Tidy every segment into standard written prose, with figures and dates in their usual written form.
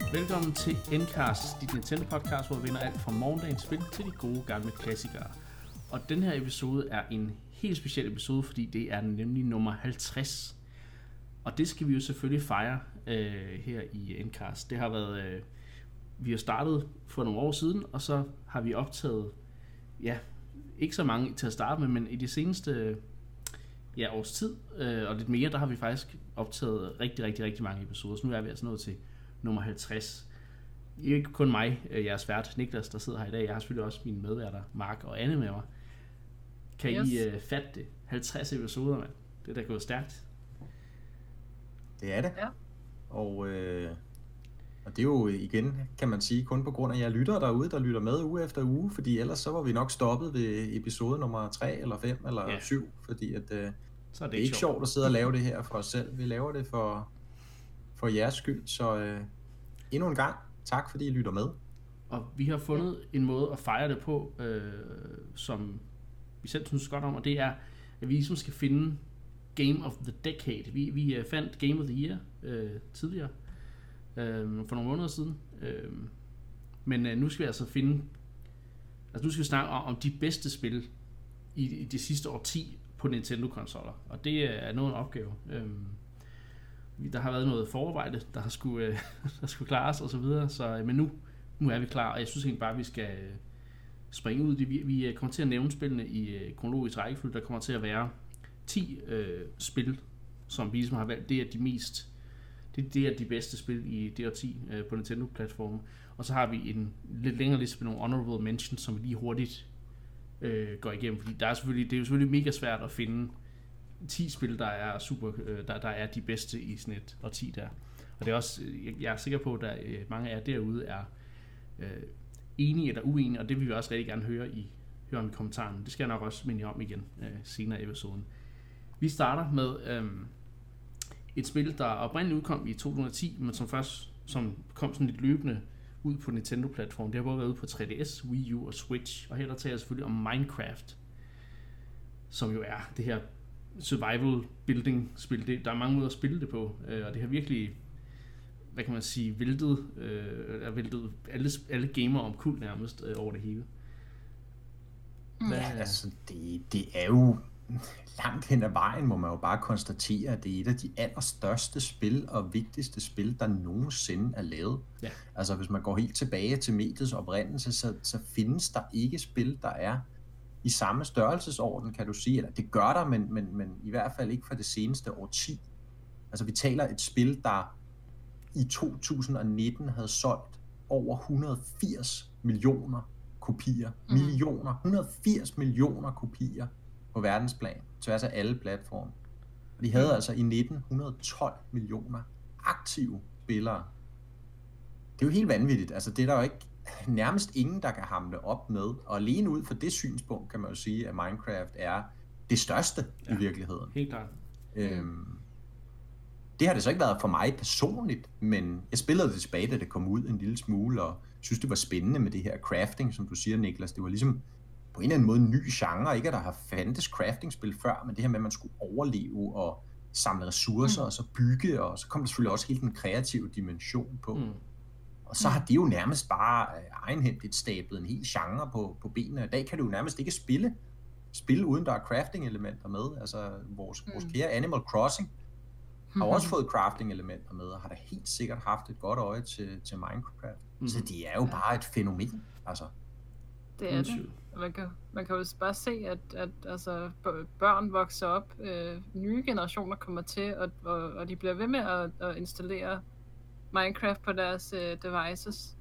Velkommen til Endcast, dit Nintendo-podcast, hvor vi vinder alt fra morgendagens spil til de gode gamle klassikere. Og den her episode er en helt speciel episode, fordi det er nemlig nummer 50. Og det skal vi jo selvfølgelig fejre her i Endcast. Det har været, vi har startet for nogle år siden, og så har vi optaget, ikke så mange til at starte med, men i de seneste års tid, og lidt mere, der har vi faktisk optaget rigtig mange episoder. Så nu er vi altså nået til nummer 50. Ikke kun mig, jeres vært Niklas, der sidder her i dag. Jeg har selvfølgelig også mine medværter, Mark og Anne med mig. Kan I fatte det? 50 episoder, mand. Det er da gået stærkt. Det er det. Ja. Og det er jo igen, kan man sige, kun på grund af jer lyttere derude, der lytter med uge efter uge, fordi ellers så var vi nok stoppet ved episode nummer 3 eller 5 eller 7, fordi at, så er det ikke sjovt at sidde og lave det her for os selv. Vi laver det for jeres skyld, så endnu en gang, tak fordi I lytter med. Og vi har fundet en måde at fejre det på, som vi selv synes godt om, og det er, at vi ligesom skal finde Game of the Decade. Vi fandt Game of the Year tidligere, for nogle måneder siden, men nu skal vi altså finde, nu skal vi snakke om de bedste spil i det sidste årti på Nintendo-konsoller, og det er noget en opgave. Der har været noget forarbejde, der skulle klares og så videre, men nu er vi klar, og jeg synes egentlig bare, at vi skal springe ud. Vi kommer til at nævne spillene i kronologisk rækkefølge. Der kommer til at være 10 spil, som vi ligesom har valgt. Det er de bedste spil i det årti på Nintendo-platformen. Og så har vi en lidt længere liste med nogle honorable mentions, som vi lige hurtigt går igennem, fordi det er jo selvfølgelig mega svært at finde 10 spil, der er super, der er de bedste i sådan et årti der. Og det er også, jeg er sikker på, at mange af jer derude er enige eller uenige, og det vil vi også rigtig gerne høre om i kommentarerne. Det skal jeg nok også minde jer om igen senere i episoden. Vi starter med et spil, der oprindeligt udkom i 2010, men som kom sådan lidt løbende ud på Nintendo-platformen. Det har både været ude på 3DS, Wii U og Switch, og her der taler jeg selvfølgelig om Minecraft, som jo er det her survival building spil. Der er mange måder at spille det på, og det har virkelig, hvad kan man sige, væltet alle gamere om kul nærmest over det hele. Ja, altså det er jo langt hen ad vejen, må man jo bare konstatere, at det er et af de allerstørste spil og vigtigste spil, der nogensinde er lavet. Ja. Altså hvis man går helt tilbage til mediets oprindelse, så findes der ikke spil, der er i samme størrelsesorden, kan du sige. Eller det gør der, men i hvert fald ikke for det seneste årti. Altså vi taler et spil, der i 2019 havde solgt over 180 millioner kopier. 180 millioner kopier på verdensplan, tværs af alle platforme. Og de havde altså i 1912 millioner aktive spillere. Det er jo helt vanvittigt. Altså det er der jo ikke nærmest ingen, der kan hamle op med. Og alene ud fra det synspunkt, kan man jo sige, at Minecraft er det største i virkeligheden. Helt klart. Det har det så ikke været for mig personligt, men jeg spillede det tilbage, da det kom ud en lille smule, og synes, det var spændende med det her crafting, som du siger, Niklas. Det var ligesom på en eller anden måde en ny genre. Ikke at der har fandtes crafting-spil før, men det her med, at man skulle overleve og samle ressourcer, og så bygge, og så kom der selvfølgelig også helt den kreative dimension på. Og så har det jo nærmest bare egenhændigt stablet en hel genre på benene. I dag kan du jo nærmest ikke spille uden der er crafting-elementer med. Altså vores kære Animal Crossing har også fået crafting-elementer med, og har da helt sikkert haft et godt øje til Minecraft. Så det er jo bare et fænomen, altså. Det er det. Man kan jo bare se, at altså, børn vokser op, nye generationer kommer til, og de bliver ved med at installere Minecraft på deres devices.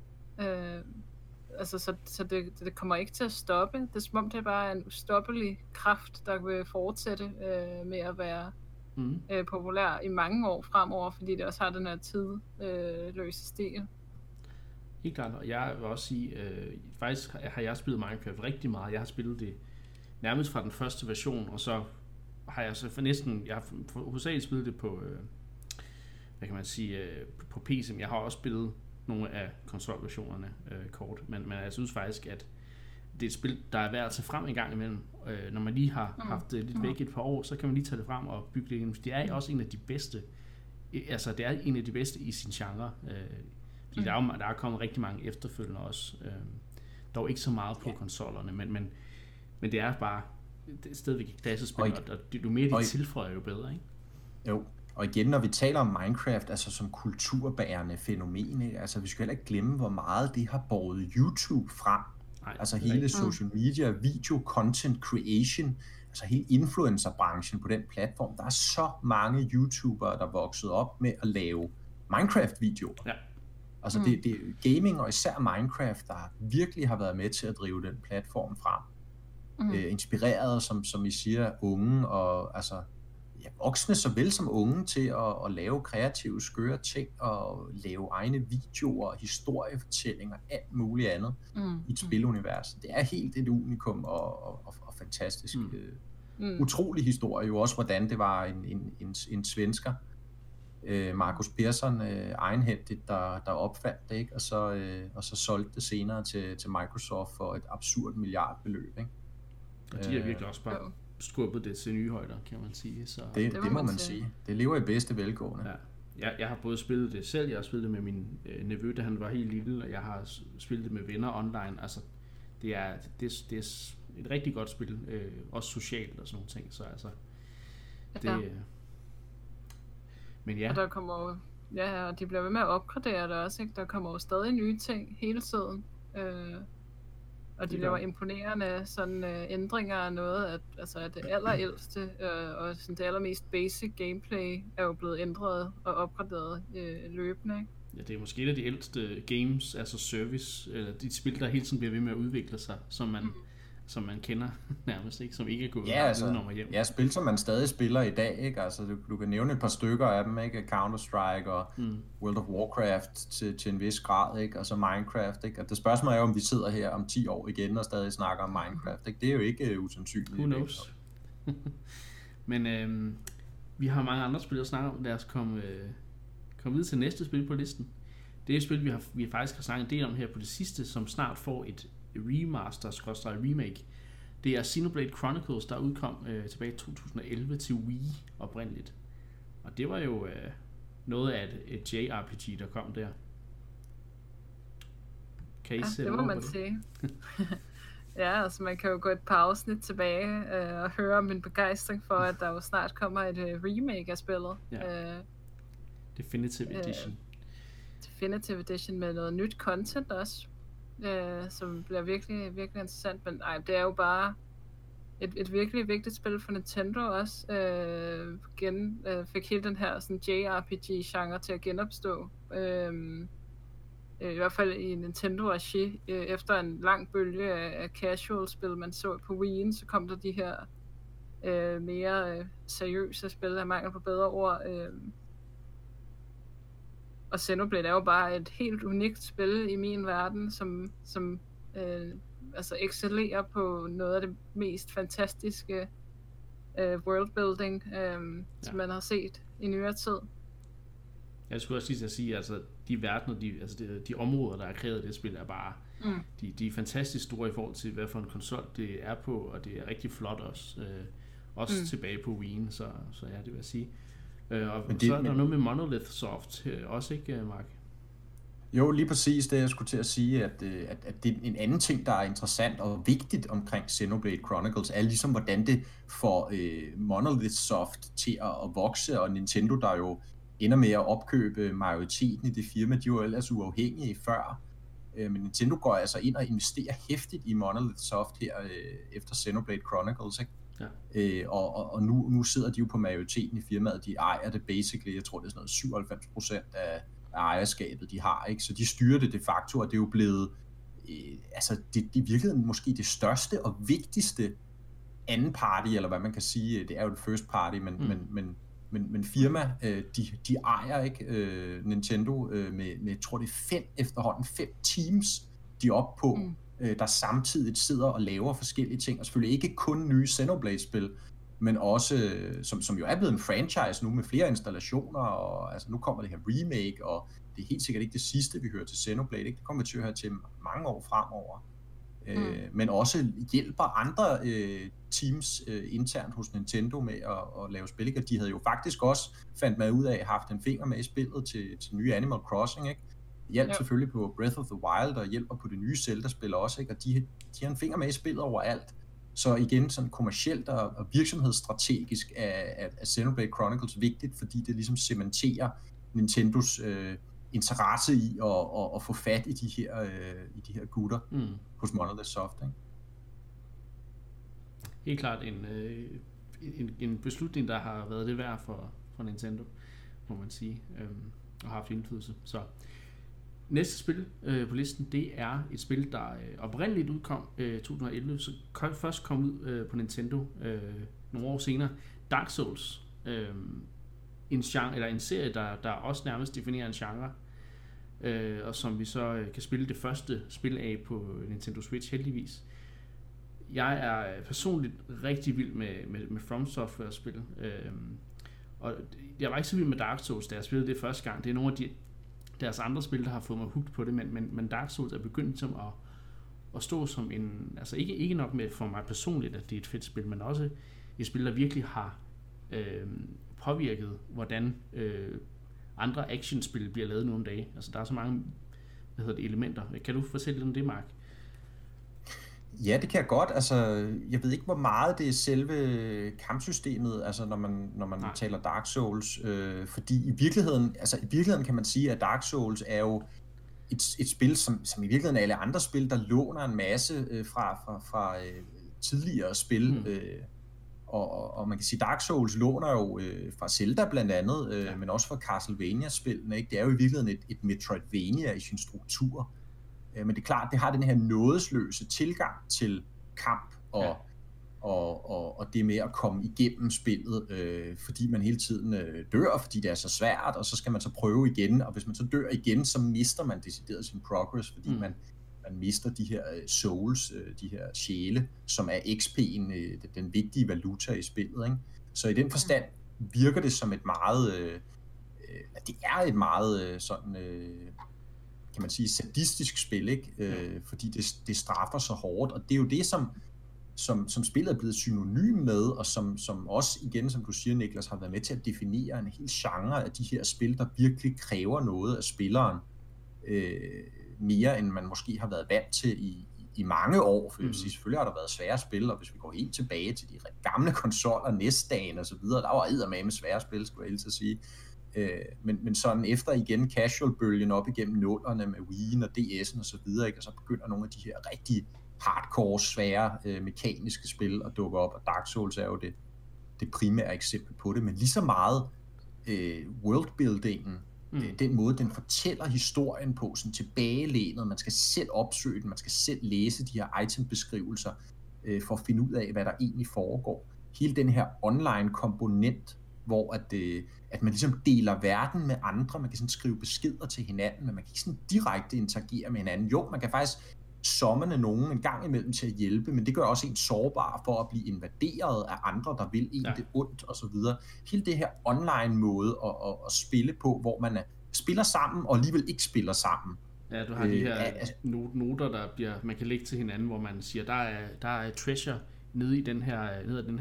Altså, så det kommer ikke til at stoppe. Det er som om, det er bare en ustoppelig kraft, der vil fortsætte med at være populær i mange år fremover, fordi det også har den her tidløse stil. Helt klart, og jeg vil også sige, faktisk har jeg spillet Minecraft rigtig meget. Jeg har spillet det nærmest fra den første version, og så har jeg så jeg har hovedsageligt spillet det på, hvad kan man sige, på PC, men jeg har også spillet nogle af konsolversionerne kort, men jeg synes faktisk, at det er et spil, der er værd at tage frem en gang imellem. Når man lige har haft det lidt væk et par år, så kan man lige tage det frem og bygge det igen. Det er også en af de bedste, altså det er en af de bedste i sin genre. Fordi der er kommet rigtig mange efterfølgende også. Dog ikke så meget på konsollerne, men det er bare det er stadigvæk et klassespil, og jo mere de tilføjer, jo bedre, ikke? Jo, og igen, når vi taler om Minecraft, altså som kulturbærende fænomen, ikke? Altså vi skal heller ikke glemme, hvor meget det har båret YouTube frem. Nej, altså hele social media, video, content creation, altså hele influencerbranchen på den platform. Der er så mange YouTubere, der er vokset op med at lave Minecraft-videoer. Ja. Altså det er gaming, og især Minecraft, der virkelig har været med til at drive den platform frem. Inspireret, som I siger, unge og altså voksne såvel som unge til at lave kreative, skøre ting og lave egne videoer, historiefortællinger, alt muligt andet i et spilunivers. Det er helt et unikum og fantastisk. Utrolig historie jo også, hvordan det var en svensker, Marcus Persson, egenhændigt, der opfandt det, ikke? Og så solgte det senere til Microsoft for et absurd milliardbeløb, ikke? Og de har virkelig også bare skubbet det til nye højder, kan man sige. Så det må man sige. Det lever i bedste velgående. Ja. Jeg har både spillet det selv, jeg har spillet det med min nevø, da han var helt lille, og jeg har spillet det med venner online. Altså, det er et rigtig godt spil, også socialt og sådan nogle ting. Så altså, men ja. Og der kommer og de bliver ved med at opgradere det også, ikke? Der kommer jo stadig nye ting hele tiden. Og de laver imponerende sådan ændringer af noget, at det allerældste og sådan det allermest basic gameplay er jo blevet ændret og opgraderet løbende, ikke? Ja, det er måske et af de ældste games, altså service, eller de spil, der hele tiden bliver ved med at udvikle sig, som man kender nærmest, ikke? Som ikke er gået udenom og hjem. Ja, spil, som man stadig spiller i dag, ikke? Altså, du kan nævne et par stykker af dem, ikke? Counter-Strike og World of Warcraft til en vis grad, ikke? Og så Minecraft, ikke? Og det spørgsmål er jo, om vi sidder her om 10 år igen og stadig snakker om Minecraft, ikke? Det er jo ikke usandsynligt. Who knows? Men vi har mange andre spil at snakke om. Lad os komme videre til næste spil på listen. Det er et spil, vi faktisk har snakket en del om her på det sidste, som snart får et remaster/remake. Det er Xenoblade Chronicles, der udkom tilbage i 2011 til Wii oprindeligt. Og det var jo noget af et JRPG, der kom der. Kan I det må man sige. Ja, altså man kan jo gå et par afsnit tilbage og høre om min begejstring for, at der jo snart kommer et remake af spillet. Ja. Definitive Edition. Definitive Edition med noget nyt content også. Som bliver virkelig, virkelig interessant, men det er jo bare et virkelig vigtigt spil for Nintendo også. Fik hele den her sådan JRPG-genre til at genopstå. I hvert fald i Nintendo-regi. Efter en lang bølge af casual-spil, man så på Wii'en, så kom der de her mere seriøse spil, af mangel på bedre ord. Og Xenoblade er jo bare et helt unikt spil i min verden, som excellerer på noget af det mest fantastiske worldbuilding, som man har set i nyere tid. Jeg skulle også lige sige, altså de verdener, de områder, der er kreeret i det spil, er bare de er fantastisk store i forhold til, hvad for en konsol det er på, og det er rigtig flot også tilbage på Wii'en, så ja, det vil jeg sige. Og så er der noget med Monolith Soft også, ikke, Mark? Jo, lige præcis det, jeg skulle til at sige, at det er en anden ting, der er interessant og vigtigt omkring Xenoblade Chronicles, er ligesom, hvordan det får Monolith Soft til at vokse, og Nintendo, der jo ender med at opkøbe majoriteten i det firma, de var jo ellers uafhængige før, men Nintendo går altså ind og investerer hæftigt i Monolith Soft her efter Xenoblade Chronicles, ikke? Ja. Og nu sidder de jo på majoriteten i firmaet, de ejer det basically, jeg tror det er sådan noget 97% af ejerskabet, de har, ikke? Så de styrer det de facto, og det er jo blevet, det i virkeligheden måske det største og vigtigste anden party, eller hvad man kan sige, det er jo det first party, men firma, de ejer ikke Nintendo med, tror det er 5 teams, de er oppe på, der samtidig sidder og laver forskellige ting, og selvfølgelig ikke kun nye Xenoblade-spil, men også, som jo er blevet en franchise nu med flere installationer, og altså nu kommer det her remake, og det er helt sikkert ikke det sidste, vi hører til Xenoblade, ikke? Det kommer vi til at høre til mange år fremover. Men også hjælper andre teams internt hos Nintendo med at lave spil, og de havde jo faktisk også, fandt man ud af, haft en finger med i spillet til nye Animal Crossing, ikke? hjalp selvfølgelig på Breath of the Wild, og hjælper på det nye Zelda-spil også, ikke? Og de har en finger med i spillet overalt. Så igen, sådan kommercielt og virksomhedsstrategisk er Xenoblade Chronicles vigtigt, fordi det ligesom cementerer Nintendos interesse i at få fat i de her gutter hos Monolith Soft, ikke? Helt klart en beslutning, der har været det værd for Nintendo, må man sige, og har haft indflydelse. Så næste spil på listen, det er et spil, der oprindeligt udkom 2011, så først kom ud på Nintendo nogle år senere. Dark Souls, en serie, der også nærmest definerer en genre, og som vi så kan spille det første spil af på Nintendo Switch, heldigvis. Jeg er personligt rigtig vild med From Software-spil, og jeg var ikke så vild med Dark Souls, da jeg spillede det første gang. Det er nogle af deres andre spil, der har fået mig hooked på det, men Dark Souls er begyndt som at stå som en, altså ikke nok med for mig personligt, at det er et fedt spil, men også et spil, der virkelig har påvirket, hvordan andre actionspil bliver lavet nu om dagen. Altså der er så mange elementer. Kan du fortælle lidt om det, Mark? Ja, det kan jeg godt. Altså, jeg ved ikke, hvor meget det er selve kampsystemet, altså når man taler Dark Souls, fordi i virkeligheden kan man sige, at Dark Souls er jo et spil, som i virkeligheden alle andre spil, der låner en masse fra tidligere spil, og man kan sige, Dark Souls låner jo fra Zelda blandt andet, men også fra Castlevania-spillene, ikke? Det er jo i virkeligheden et Metroidvania i sin struktur. Men det er klart, det har den her nådesløse tilgang til kamp og det med at komme igennem spillet, fordi man hele tiden dør, fordi det er så svært, og så skal man så prøve igen, og hvis man så dør igen, så mister man decideret sin progress, fordi man mister de her souls, de her sjæle, som er XP'en, den vigtige valuta i spillet, ikke? Så i den forstand virker det som et meget, det er et meget sådan, kan man sige, sadistisk spil, ikke? Fordi det straffer så hårdt, og det er jo det, som spillet er blevet synonym med, og som også, igen, som du siger, Niklas, har været med til at definere en hel genre af de her spil, der virkelig kræver noget af spilleren, mere end man måske har været vant til i mange år, for selvfølgelig har der været svære spil, og hvis vi går helt tilbage til de gamle konsoller, NES-dagen og så videre, der var eddermame svære spil, skulle jeg helst at sige. Men sådan efter igen casual-bølgen op igennem 0'erne med Wii'en og DS'en og så videre, ikke? Og så begynder nogle af de her rigtig hardcore, svære mekaniske spil at dukke op, og Dark Souls er jo det primære eksempel på det, men lige så meget worldbuildingen, den måde, den fortæller historien på, sådan tilbagelænet, man skal selv opsøge den, man skal selv læse de her itembeskrivelser, for at finde ud af, hvad der egentlig foregår. Hele den her online komponent, hvor at man ligesom deler verden med andre, man kan sådan skrive beskeder til hinanden, men man kan ikke sådan direkte interagere med hinanden. Jo, man kan faktisk summone nogen en gang imellem til at hjælpe, men det gør også en sårbar for at blive invaderet af andre, der vil en det ondt og så videre. Hele det her online måde at spille på, hvor man spiller sammen og alligevel ikke spiller sammen. Ja, du har de her noter, man kan lægge til hinanden, hvor man siger, der er treasure nede i den her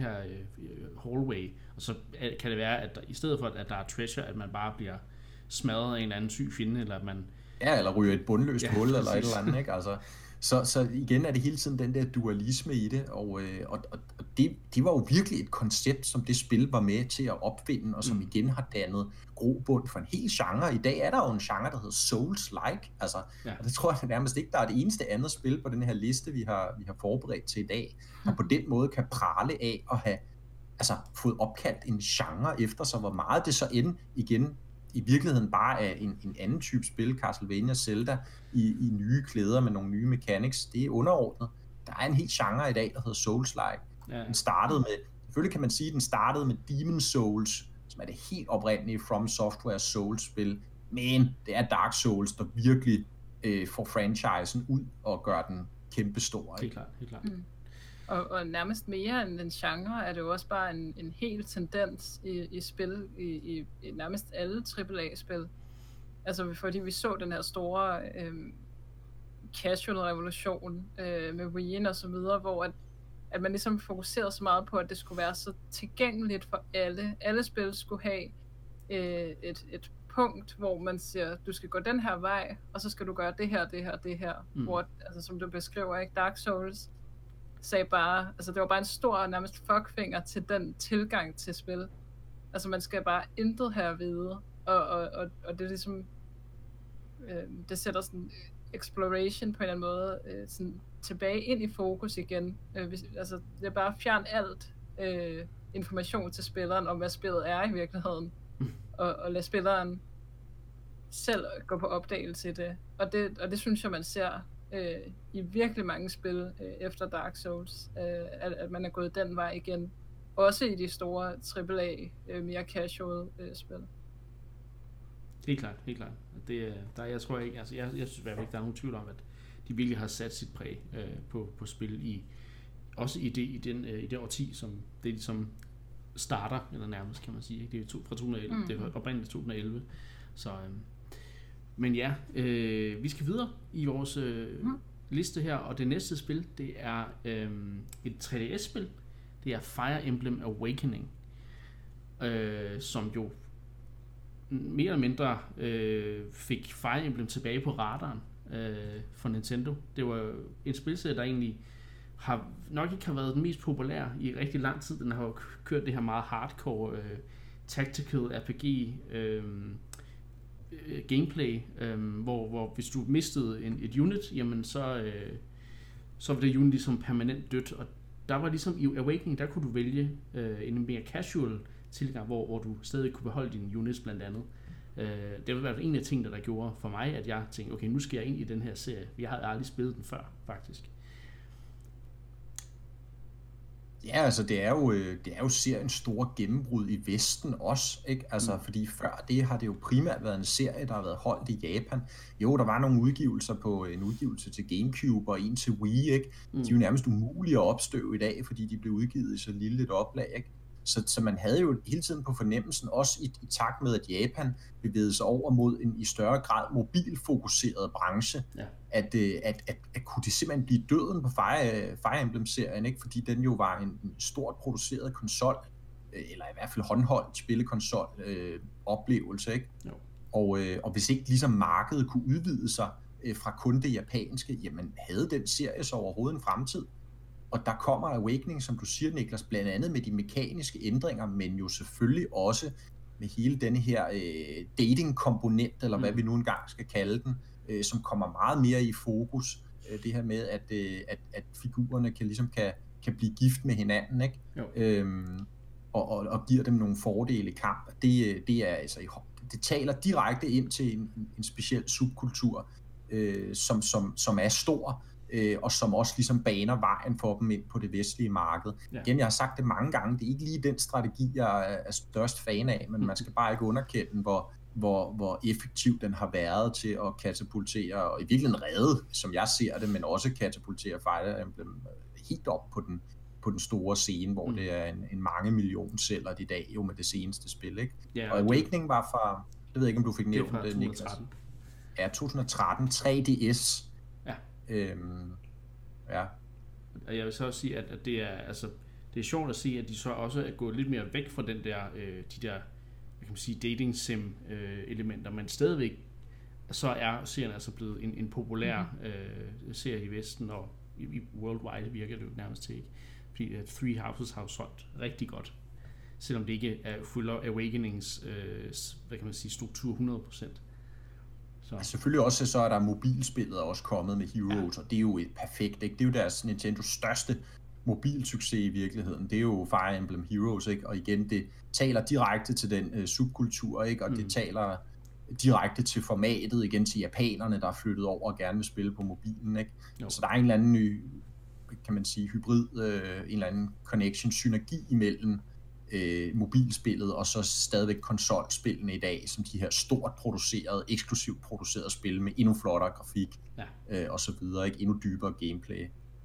hallway, og så kan det være, at i stedet for, at der er treasure, at man bare bliver smadret af en eller anden syg fjende, eller at man... Ja, eller ryger et bundløst hul, eller et eller andet, ikke? Altså, så igen er det hele tiden den der dualisme i det, og det var jo virkelig et koncept, som det spil var med til at opfinde, og som igen har dannet grobund for en hel genre. I dag er der jo en genre, der hedder Souls-like, altså, og det tror jeg nærmest ikke, der er det eneste andet spil på den her liste, vi har forberedt til i dag, og på den måde kan prale af at have fået opkaldt en genre efter sig, hvor meget det så end igen i virkeligheden bare er en anden type spil, Castlevania, Zelda, i nye klæder med nogle nye mechanics. Det er underordnet. Der er en helt genre i dag, der hedder Souls-like. Ja. Den startede med, selvfølgelig kan man sige, den startede med Demon Souls, som er det helt oprindelige From Software Souls-spil, men det er Dark Souls, der virkelig får franchisen ud og gør den kæmpestor. Helt klart. Og nærmest mere end en genre, er det jo også bare en hel tendens i spil, i nærmest alle AAA-spil. Altså fordi vi så den her store casual revolution med Wii'en og så videre, hvor at man ligesom fokuserede så meget på, at det skulle være så tilgængeligt for alle. Alle spil skulle have et punkt, hvor man siger, du skal gå den her vej, og så skal du gøre det her, det her, det her. Hvor, altså, som du beskriver, ikke? Dark Souls sagde bare, altså det var bare en stor, nærmest fuckfinger til den tilgang til spil. Altså man skal bare intet have at vide, og det er ligesom, det sætter sådan exploration på en eller anden måde, sådan tilbage ind i fokus igen. Altså det er bare fjern alt information til spilleren om, hvad spillet er i virkeligheden, og lade spilleren selv gå på opdagelse i det. Og det synes jeg, man ser i virkelig mange spil efter Dark Souls, at man er gået den vej igen. Også i de store AAA, mere casual spil. Helt klart. Jeg tror ikke, altså jeg synes i hvert fald ikke, der er nogen tvivl om, at de virkelig har sat sit præg på spil også i det årti, som det ligesom starter, eller nærmest kan man sige. Ikke? Det er fra 2011, det er oprindeligt 2011. Så, men ja, vi skal videre i vores liste her, og det næste spil, det er et 3DS-spil. Det er Fire Emblem Awakening, som jo mere eller mindre fik Fire Emblem tilbage på radaren for Nintendo. Det var en spilserie, der egentlig nok ikke har været den mest populære i rigtig lang tid. Den har jo kørt det her meget hardcore tactical RPG gameplay, hvor hvis du mistede et unit, jamen så var det unit ligesom permanent dødt, og der var ligesom i Awakening, der kunne du vælge en mere casual tilgang, hvor du stadig kunne beholde dine units blandt andet. Det var i hvert fald en af tingene, der gjorde for mig, at jeg tænkte, okay, nu skal jeg ind i den her serie. Jeg havde aldrig spillet den før, faktisk. Ja, altså det er jo seriens store gennembrud i Vesten også, ikke? Altså fordi før det har det jo primært været en serie, der har været holdt i Japan. Jo, der var nogle udgivelser en udgivelse til GameCube og en til Wii, ikke? De er jo nærmest umulige at opstøve i dag, fordi de blev udgivet i så lille et oplag, ikke? Så man havde jo hele tiden på fornemmelsen, også i takt med, at Japan bevægede sig over mod en i større grad mobilfokuseret branche, at kunne det simpelthen blive døden på Fire Emblem-serien, ikke? Fordi den jo var en stort produceret konsol, eller i hvert fald håndholdt spillekonsol oplevelse, ikke? Jo. Og hvis ikke ligesom markedet kunne udvide sig fra kun det japanske, jamen havde den serie så overhovedet en fremtid? Og der kommer Awakening, som du siger, Niklas, blandt andet med de mekaniske ændringer, men jo selvfølgelig også med hele denne her dating-komponent, eller hvad vi nu engang skal kalde den, som kommer meget mere i fokus. Det her med, at figurerne kan blive gift med hinanden, ikke? Og giver dem nogle fordele i kamp. Det er altså, det taler direkte ind til en speciel subkultur, som er stor, og som også ligesom baner vejen for dem ind på det vestlige marked. Igen, jeg har sagt det mange gange, det er ikke lige den strategi, jeg er størst fan af, men man skal bare ikke underkende, hvor effektiv den har været til at katapultere, og i virkeligheden redde, som jeg ser det, men også katapultere Fire Emblem helt op på den store scene, hvor det er en mange million sælger i dag, jo med det seneste spil, ikke? Og Awakening var fra, jeg ved ikke, om du fik nævnt det, Niklas. Ja, 2013, 3DS. Ja. Og jeg vil så også sige, at det er, altså, det er sjovt at se, at de så også er gået lidt mere væk fra den der, de der, hvad kan man sige, dating sim elementer, men stadigvæk så er serien altså blevet en populær serie i Vesten, og i worldwide virker det jo nærmest til, ikke? Fordi Three Houses har jo solgt rigtig godt, selvom det ikke er følger Awakenings, hvad kan man sige, struktur 100%. Altså, selvfølgelig også så er der mobilspillet også kommet med Heroes, og det er jo et perfekt, ikke? Det er jo deres Nintendos største mobilsucces i virkeligheden. Det er jo Fire Emblem Heroes, ikke? Og igen, det taler direkte til den subkultur, ikke? Og det taler direkte til formatet, igen til japanerne, der er flyttet over og gerne vil spille på mobilen, ikke? Så der er en eller anden ny, kan man sige, hybrid, en eller anden connection, synergi imellem mobilspillet og så stadigvæk konsolspillene i dag, som de her stort producerede, eksklusivt producerede spil med endnu flottere grafik og så videre, ikke? Endnu dybere gameplay.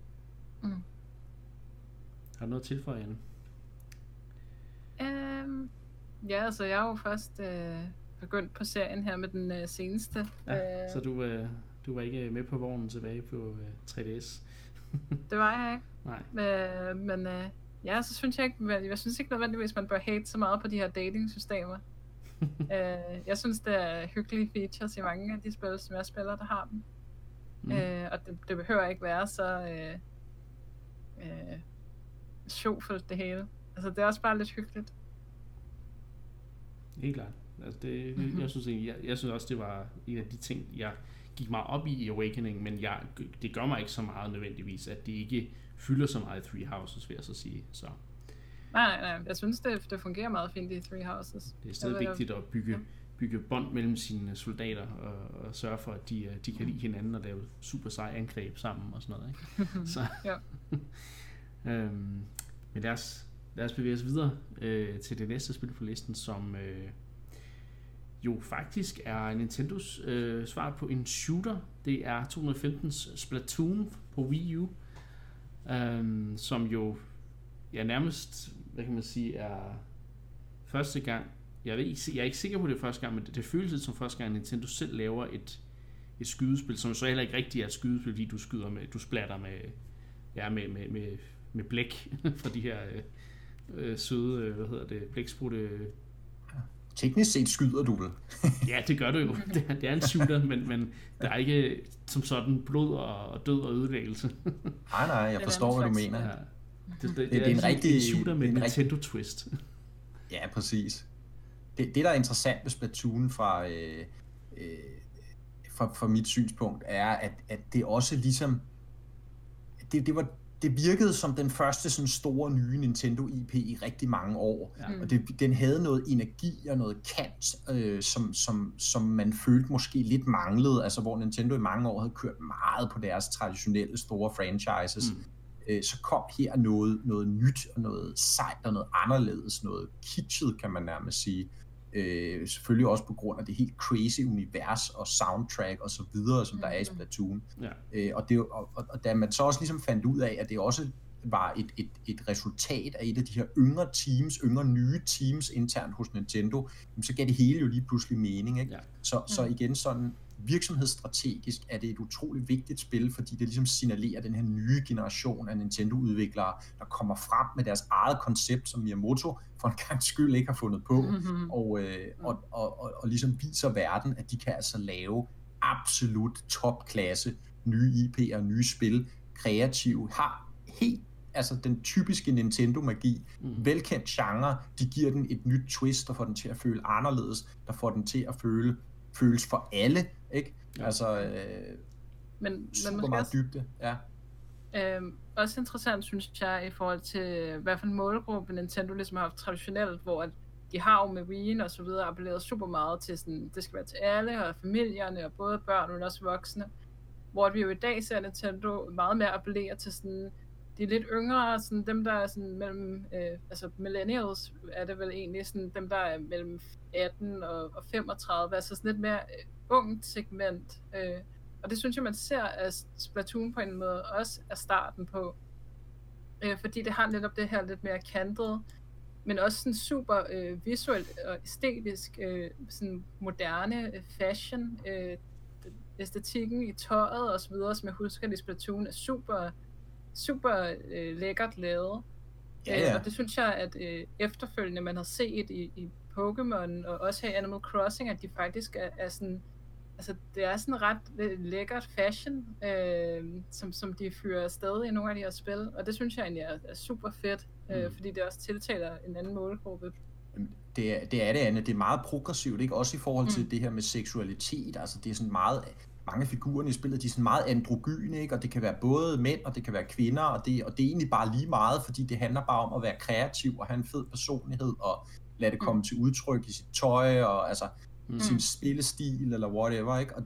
Har du noget til for, Anne? Ja, altså jeg er jo først begyndt på serien her med den seneste. Ja, så du var ikke med på vognen tilbage på 3DS? Det var jeg ikke. Nej. Men ja, så synes jeg synes ikke nødvendigvis, man bør hate så meget på de her dating-systemer. Jeg synes, det er hyggelige features i mange af de spil, som jeg spiller, der har dem. Og det behøver ikke være så sjovfuldt det hele. Altså, det er også bare lidt hyggeligt. Helt klart. Altså jeg synes også, det var en af de ting, jeg gik meget op i Awakening, men det gør mig ikke så meget nødvendigvis, at det ikke fylder så meget i Three Houses, vil jeg så sige. Så. Nej. Jeg synes, det fungerer meget fint i Three Houses. Det er stadig vigtigt at bygge bånd mellem sine soldater og sørge for, at de kan lide hinanden og lave super seje angreb sammen og sådan noget. Ikke? Så. Ja. Men lad os bevæge os videre til det næste spil på listen, som jo faktisk er Nintendos svar på en shooter. Det er 2015's Splatoon på Wii U, som jo nærmest, hvad kan man sige, er første gang. Jeg er ikke sikker på det første gang, men det føles som første gang, Nintendo selv laver et skydespil, som så heller ikke rigtig er et skydespil, fordi du splatter med blæk fra de her søde, blæksprutte. Teknisk set skyder du vel? Ja, det gør du jo. Det er en shooter, men der er ikke som sådan blod og død og ødelæggelse. Nej, jeg forstår, hvad du mener. Ja. Det er en rigtig shooter med en Nintendo twist. Ja, præcis. Det, der er interessant ved Splatoon fra mit synspunkt, er, at det også ligesom... Det virkede som den første sådan store nye Nintendo IP i rigtig mange år, og den havde noget energi og noget kant, som man følte måske lidt manglede, altså hvor Nintendo i mange år havde kørt meget på deres traditionelle store franchises. Så kom her noget nyt og noget sejt og noget anderledes, noget kitschet, kan man nærmest sige. Selvfølgelig også på grund af det helt crazy univers og soundtrack og så videre, som der er i Splatoon. Og da man så også ligesom fandt ud af, at det også var et resultat af et af de her yngre nye teams internt hos Nintendo, så gav det hele jo lige pludselig mening, ikke? Så igen sådan virksomhedsstrategisk er det et utroligt vigtigt spil, fordi det ligesom signalerer den her nye generation af Nintendo-udviklere, der kommer frem med deres eget koncept, som Miyamoto for en gang skyld ikke har fundet på, og ligesom viser verden, at de kan altså lave absolut topklasse nye IP'er, nye spil, kreative, har helt altså den typiske Nintendo-magi, velkendt genre, de giver den et nyt twist, der får den til at føle anderledes, der får den til at føles for alle, ikke? Altså, men super meget dybde, ja. Også interessant, synes jeg, i forhold til, hvad for en målgruppe Nintendo ligesom har haft traditionelt, hvor at de har jo med Wii og så videre appelleret super meget til sådan, det skal være til alle, og familierne, og både børn, men også voksne. Hvor vi jo i dag ser Nintendo meget mere appellere til sådan, de lidt yngre, sådan dem der er sådan mellem, altså millennials er det vel egentlig sådan dem der er mellem 18 og 35, altså sådan lidt mere ungt segment. Og det synes jeg, man ser af Splatoon på en måde også er starten på. Fordi det har netop det her lidt mere kantet, men også sådan super visuelt og æstetisk, sådan moderne fashion, æstetikken i tøjet og så videre, som jeg husker, at Splatoon er super lækkert lavet. Og det synes jeg, at efterfølgende man har set i Pokémon og også her i Animal Crossing, at de faktisk er sådan, altså det er sådan ret lækkert fashion, som de fyrer afsted i nogle af de her spil, og det synes jeg egentlig er super fedt, fordi det også tiltaler en anden målgruppe. Det er det, Anne. Det er meget progressivt, ikke? Også i forhold til det her med seksualitet, altså det er sådan meget... Mange af figurerne i spillet, de er sådan meget androgyne, ikke? Og det kan være både mænd, og det kan være kvinder, og det er egentlig bare lige meget, fordi det handler bare om at være kreativ og have en fed personlighed, og lade det komme til udtryk i sit tøj, og altså sin spillestil, eller whatever, ikke? Og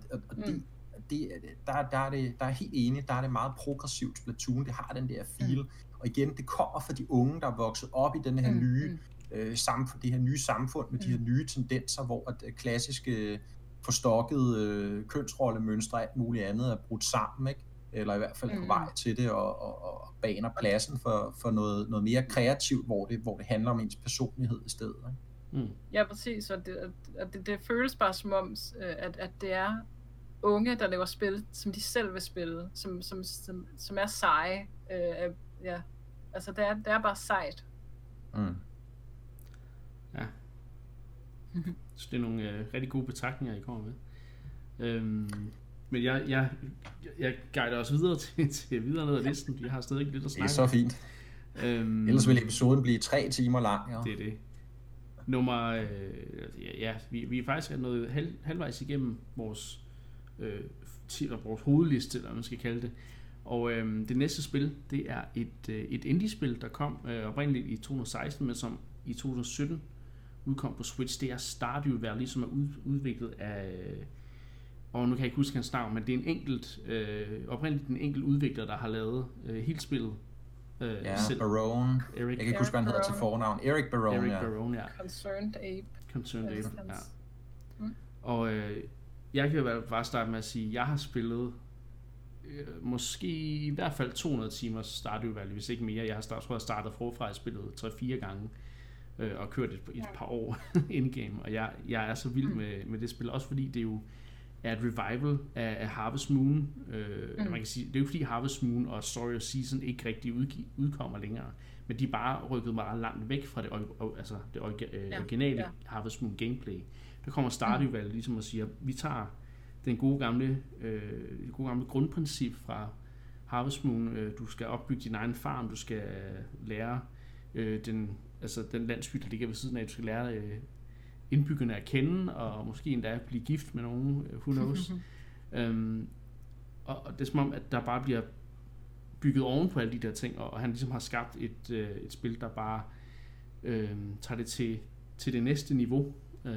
der er helt enig, der er det meget progressivt Splatoon, det har den der feel, og igen, det kommer fra de unge, der er vokset op i den her nye det her nye samfund, med de her nye tendenser, hvor at klassiske forstokkede kønsrollemønstre, alt muligt andet er brudt sammen, ikke? Eller i hvert fald på vej til det, og baner pladsen for noget mere kreativt, hvor det handler om ens personlighed i stedet, ikke? Ja, præcis, og det føles bare som om, at det er unge, der laver spil, som de selv vil spille, som er seje. Ja, altså det er bare sejt. Ja. Det er nogle rigtig gode betragtninger, I kommer med. Men jeg guider os videre til videre ned ad listen. Jeg har stadig lidt at snakke. Det er så fint. Ellers vil episoden blive 3 timer lang. Ja. Det er det. Nummer... vi er faktisk nået halvvejs igennem vores hovedliste, eller hvad man skal kalde det. Og det næste spil, det er et indie-spil, der kom oprindeligt i 2016, men som i 2017 udkom på Switch. Det er Stardew Valley, som er udviklet af... og nu kan jeg ikke huske hans navn, men det er oprindeligt en enkelt udvikler, der har lavet hele spillet. Barone. Jeg kan ikke huske, hvad han hedder til fornavn. Eric Barone, ja. Concerned Ape, ja. Og jeg kan jo bare starte med at sige, at jeg har spillet måske i hvert fald 200 timer Stardew Valley, hvis ikke mere. Jeg tror, jeg startede forfra i spillet 3-4 gange og kørt et par år indgame, og jeg er så vild med det spil, også fordi det jo er et revival af Harvest Moon. Man kan sige, det er jo fordi Harvest Moon og Story of Season ikke rigtig udkommer længere, men de er bare rykket meget langt væk fra det originale Harvest Moon gameplay. Der kommer Stardew Valley ligesom at sige, at vi tager den gode gamle grundprincip fra Harvest Moon. Du skal opbygge din egen farm, du skal lære den landsby, der ligger ved siden af, du skal lære indbyggerne at kende, og måske endda blive gift med nogen, who knows. Og det er som om, at der bare bliver bygget oven på alle de der ting, og han ligesom har skabt et spil, der bare tager det til det næste niveau.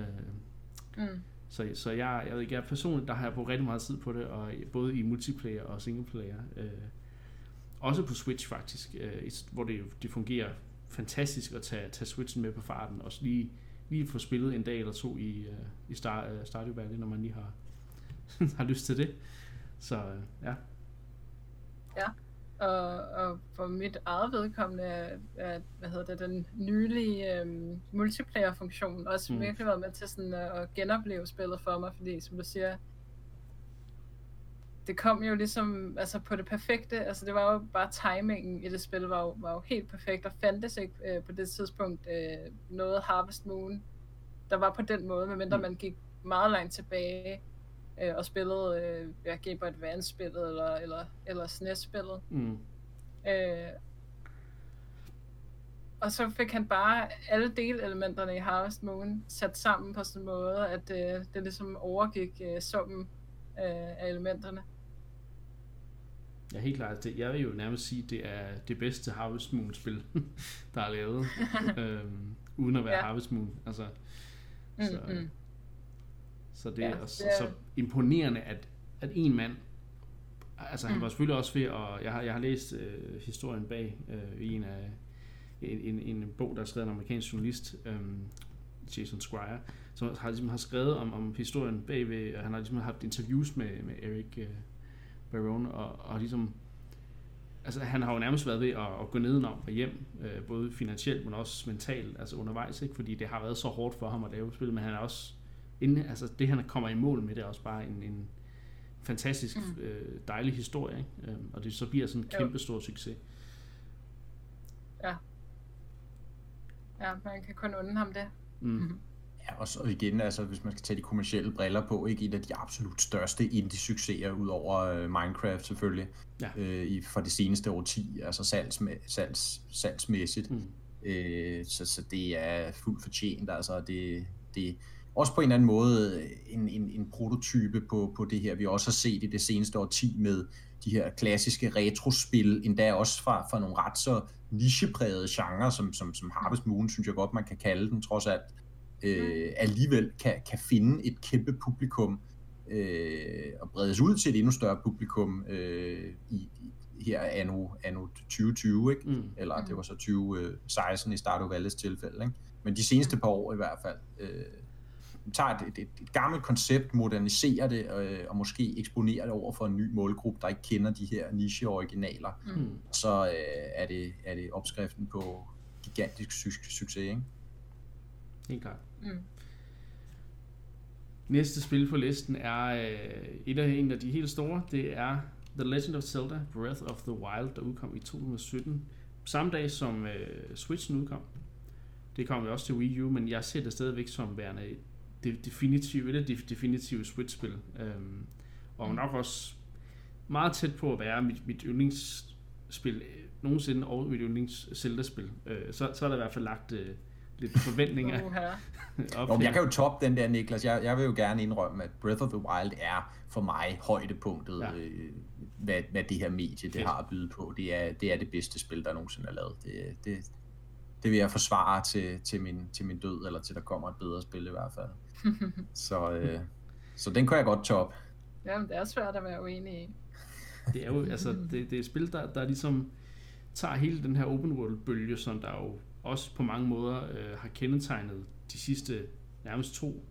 Så jeg er personligt, der har jeg brugt rigtig meget tid på det, og både i multiplayer og singleplayer. Også på Switch faktisk, hvor det fungerer fantastisk at tage Switchen med på farten, og lige få spillet en dag eller to i Stardew Valley, når man lige har lyst til det. Så ja. Ja, og for mit eget vedkommende er den nylige multiplayer-funktion også virkelig været med til sådan at genopleve spillet for mig, fordi som du siger, det kom jo ligesom på det perfekte, det var jo bare timingen i det spil var jo helt perfekt, og fandtes ikke på det tidspunkt noget Harvest Moon, der var på den måde, medmindre man gik meget langt tilbage og spillede Game Boy Advance-spillet eller SNES-spillet. Og så fik han bare alle delelementerne i Harvest Moon sat sammen på sådan en måde, at det ligesom overgik summen af elementerne. Ja, helt klart. Jeg vil jo nærmest sige, at det er det bedste Harvest Moon-spil, der er lavet, uden at være Harvest Moon. Så det er så imponerende, at en mand, han var selvfølgelig også ved, og jeg har læst historien bag i en bog, der er skrevet af en amerikansk journalist, Jason Schreier, som har skrevet om historien bagved, og han har ligesom haft interviews med Eric Barone, og ligesom, han har jo nærmest været ved at gå nedenom og hjem, både finansielt, men også mentalt, undervejs, ikke? Fordi det har været så hårdt for ham at lave spil, men han er også, det han kommer i mål med, det er også bare en fantastisk dejlig historie, ikke? Og det så bliver sådan en kæmpe stor succes. Ja, man kan kun unde ham det. Ja, og så igen, hvis man skal tage de kommercielle briller på, ikke en af de absolut største indie-succeser, ud over Minecraft selvfølgelig, for det seneste årti, salgsmæssigt. Så det er fuldt fortjent, det også på en eller anden måde en prototype på det her, vi også har set i det seneste årti med de her klassiske retrospil, endda også fra nogle ret så nicheprægede genrer, som Harvest Moon, synes jeg godt, man kan kalde den, trods alt, alligevel kan finde et kæmpe publikum og bredes ud til et endnu større publikum her anno 2020, ikke? Eller det var så 2016 i Stardew Valleys tilfælde, ikke? Men de seneste par år i hvert fald tager et gammelt koncept, moderniserer det og måske eksponerer det over for en ny målgruppe, der ikke kender de her niche-originaler. Så er det opskriften på gigantisk succes, ikke? Helt klart. Næste spil på listen er en af de helt store. Det er The Legend of Zelda Breath of the Wild, der udkom i 2017. Samme dag som Switchen udkom. Det kom jo også til Wii U, men jeg ser det stadigvæk som værende det definitive Switch-spil. Og nok også meget tæt på at være mit yndlingsspil nogensinde, og mit yndlings Zelda-spil. Så er der i hvert fald lagt lidt forventninger op. Jo, jeg kan jo toppe den der, Niklas. Jeg vil jo gerne indrømme, at Breath of the Wild er for mig højdepunktet, hvad det her medie det har at byde på. Det er det bedste spil, der nogensinde er lavet. Det vil jeg forsvare til min død, eller til der kommer et bedre spil i hvert fald. Så den kan jeg godt toppe. Jamen, det er svært at være uenig i. Det er jo, altså, det er et spil, der ligesom tager hele den her open world-bølge, som der jo også på mange måder har kendetegnet de sidste nærmest 2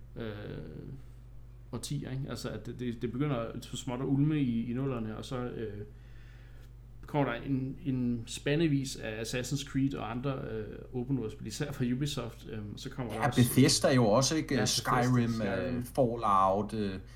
årtier, ikke? Altså, at det begynder så småt at ulme i nullerne, og så kommer der en spandevis af Assassin's Creed og andre open world-spil, især fra Ubisoft. Så kommer der også Bethesda jo også, ikke? Ja, Skyrim, Fallout,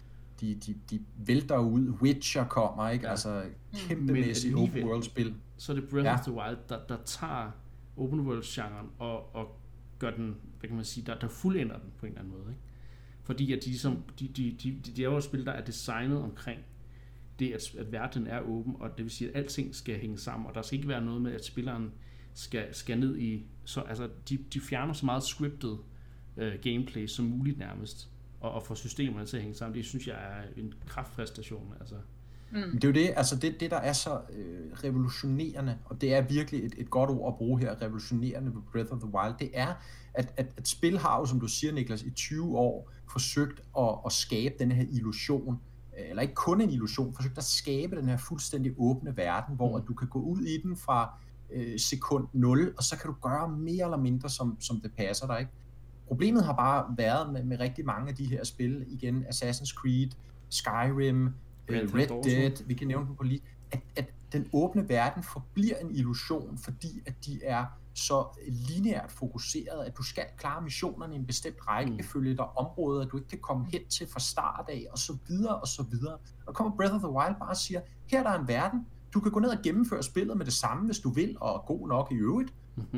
de vælter ud, Witcher kommer, ikke? Ja. Altså kæmpemæssigt open world-spil. Så er det Breath of the Wild, der tager open world-genren og gør den, hvad kan man sige, der fuldender den på en eller anden måde, ikke? Fordi at de er jo et spil, der er designet omkring det, at verden er åben, og det vil sige, at alting skal hænge sammen, og der skal ikke være noget med, at spilleren skal ned i, så altså de fjerner så meget scriptet gameplay som muligt nærmest, og få systemerne til at hænge sammen. Det synes jeg er en kraftpræstation, altså. Det er jo det, altså det der er så revolutionerende, og det er virkelig et godt ord at bruge her, revolutionerende på Breath of the Wild, det er, at spil har jo, som du siger, Niklas, i 20 år forsøgt at skabe den her illusion, eller ikke kun en illusion, forsøgt at skabe den her fuldstændig åbne verden, hvor du kan gå ud i den fra sekund 0, og så kan du gøre mere eller mindre, som det passer dig, ikke? Problemet har bare været med rigtig mange af de her spil, igen Assassin's Creed, Skyrim, Red Dead, vi kan nævne dem på lige, at den åbne verden forbliver en illusion, fordi at de er så lineært fokuseret, at du skal klare missionerne i en bestemt rækkefølge, der er områder, du ikke kan komme hen til fra start af, og så videre, og så videre. Og kommer Breath of the Wild bare og siger, her der er en verden, du kan gå ned og gennemføre spillet med det samme, hvis du vil, og god nok i øvrigt.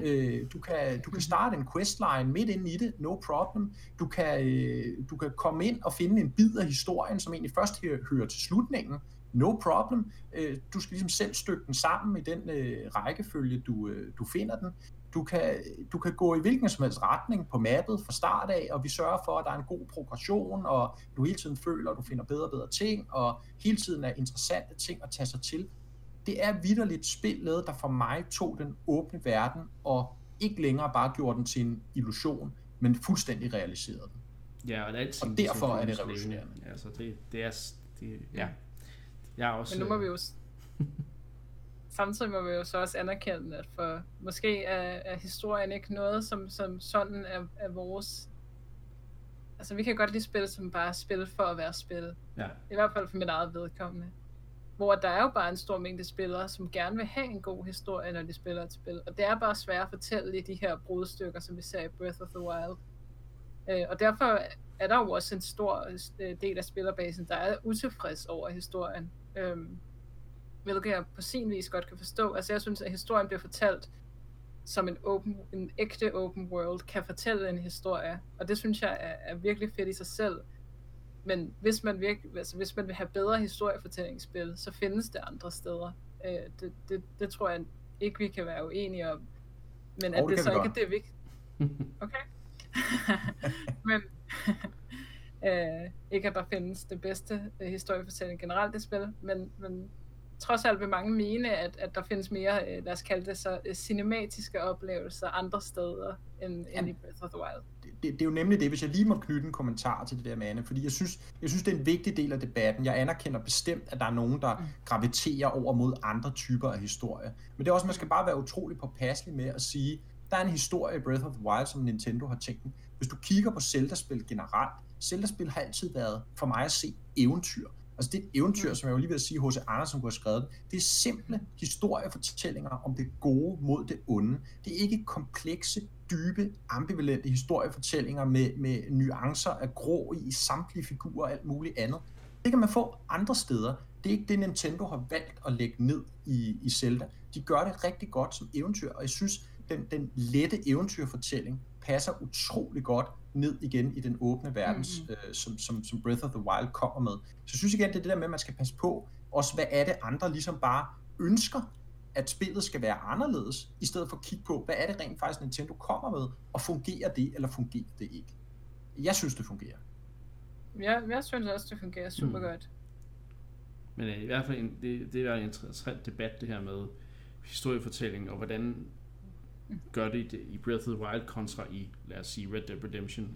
Du kan starte en questline midt inde i det, no problem. Du kan komme ind og finde en bid af historien, som egentlig først hører til slutningen, no problem. Du skal ligesom selv stykke den sammen i den rækkefølge, du finder den. Du kan gå i hvilken som helst retning på mappet fra start af, og vi sørger for, at der er en god progression, og du hele tiden føler, at du finder bedre og bedre ting, og hele tiden er interessante ting at tage sig til. Det er vitterligt spil lavet, der for mig tog den åbne verden, og ikke længere bare gjorde den til en illusion, men fuldstændig realiserede den. Ja, og derfor er det revolutionerende. Altså, det ja. Jeg er også... Men nu må vi jo... Samtidig må vi jo så også anerkende, at for måske er historien ikke noget, som sådan er vores... Altså, vi kan godt lide spil, som bare er spil for at være spil. Ja. I hvert fald for mit eget vedkommende. Hvor der er jo bare en stor mængde spillere, som gerne vil have en god historie, når de spiller et spil. Og det er bare svært at fortælle i de her brudstykker, som vi ser i Breath of the Wild. Og derfor er der jo også en stor del af spillerbasen, der er utilfreds over historien. Hvilket jeg på sin vis godt kan forstå. Altså jeg synes, at historien bliver fortalt som en ægte open world, kan fortælle en historie. Og det synes jeg er virkelig fedt i sig selv. Men hvis man vil have bedre historiefortællingsspil, så findes det andre steder. Det tror jeg ikke, vi kan være uenige om. Men at det så ikke er det vigtigt. Okay. Men ikke at der findes det bedste historiefortælling generelt i spil, men trods alt vil mange mene, at der findes mere, lad os kalde det så, cinematiske oplevelser andre steder end i Breath of the Wild. Det er jo nemlig det, hvis jeg lige må knytte en kommentar til det der med Anne, fordi jeg synes, det er en vigtig del af debatten. Jeg anerkender bestemt, at der er nogen, der graviterer over mod andre typer af historie. Men det er også, man skal bare være utrolig påpasselig med at sige, der er en historie i Breath of the Wild, som Nintendo har tænkt. Hvis du kigger på Zelda-spil generelt, Zelda-spil har altid været, for mig at se, eventyr. Altså det er et eventyr, som jeg jo lige vil sige, H.C. Andersen kunne have skrevet. Det er simple historiefortællinger om det gode mod det onde. Det er ikke komplekse, dybe, ambivalente historiefortællinger med nuancer af grå i samtlige figurer og alt muligt andet. Det kan man få andre steder. Det er ikke det, Nintendo har valgt at lægge ned i Zelda. De gør det rigtig godt som eventyr, og jeg synes, den lette eventyrfortælling passer utrolig godt ned igen i den åbne verden, som Breath of the Wild kommer med. Så jeg synes igen, det er det der med, at man skal passe på, også hvad er det andre ligesom bare ønsker, at spillet skal være anderledes, i stedet for at kigge på, hvad er det rent faktisk Nintendo kommer med, og fungerer det, eller fungerer det ikke. Jeg synes, det fungerer. Ja, jeg synes også, det fungerer super godt. Men i hvert fald, det er en interessant debat, det her med historiefortælling, og hvordan gør det i Breath of the Wild kontra i, lad os sige, Red Dead Redemption.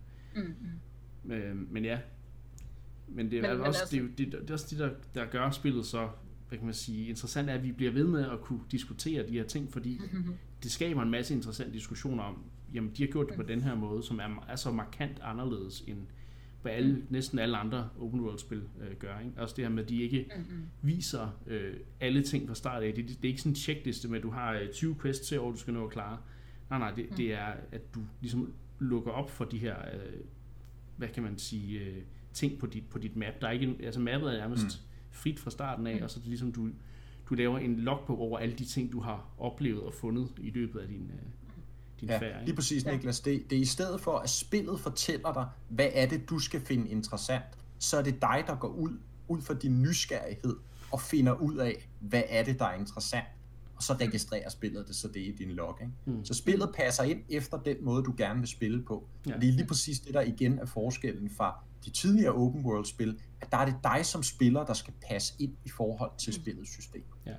Men ja, men det er også det er også det, der gør spillet så, hvad kan man sige, interessant er, at vi bliver ved med at kunne diskutere de her ting, fordi det skaber en masse interessante diskussioner om, jamen de har gjort det på den her måde, som er så markant anderledes end hvad næsten alle andre open world spil gør, ikke? Altså det her med, at de ikke viser alle ting fra start af. Det er ikke sådan en checkliste med, at du har 20 quests til, og du skal nå at klare. Nej, det er, at du ligesom lukker op for de her, hvad kan man sige, ting på dit map. Der er ikke altså mappet er nærmest frit fra starten af, og så er det ligesom, du laver en logbog over alle de ting, du har oplevet og fundet i løbet af din færd. Lige præcis, Niklas. Det er i stedet for, at spillet fortæller dig, hvad er det, du skal finde interessant, så er det dig, der går ud fra din nysgerrighed og finder ud af, hvad er det, der er interessant, og så registrerer spillet det, så det er i din log. Ikke? Så spillet passer ind efter den måde, du gerne vil spille på. Ja. Det er lige præcis det, der igen er forskellen fra de tidligere open world spil, at der er det dig som spiller, der skal passe ind i forhold til spillets system. Ja.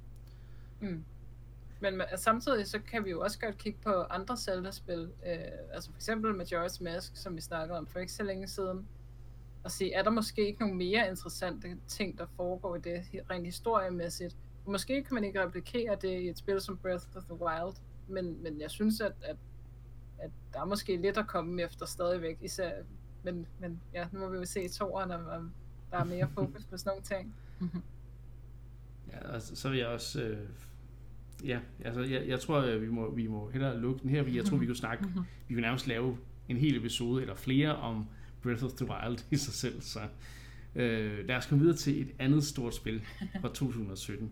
Men samtidig så kan vi jo også godt kigge på andre Zelda-spil, altså for eksempel Majora's Mask, som vi snakkede om for ikke så længe siden, og se, er der måske ikke nogle mere interessante ting, der foregår i det rent historiemæssigt. Måske kan man ikke replikere det i et spil som Breath of the Wild, men jeg synes, at der er måske lidt at komme efter stadigvæk, især, men ja, nu må vi jo se i toeren, om der er mere fokus på sådan nogle ting. Ja, altså, så vil jeg også... Ja, altså jeg tror, vi må hellere lukke den her, fordi jeg tror, vi kunne snakke, vi vil nærmest lave en hel episode, eller flere, om Breath of the Wild i sig selv, så lad os komme videre til et andet stort spil fra 2017.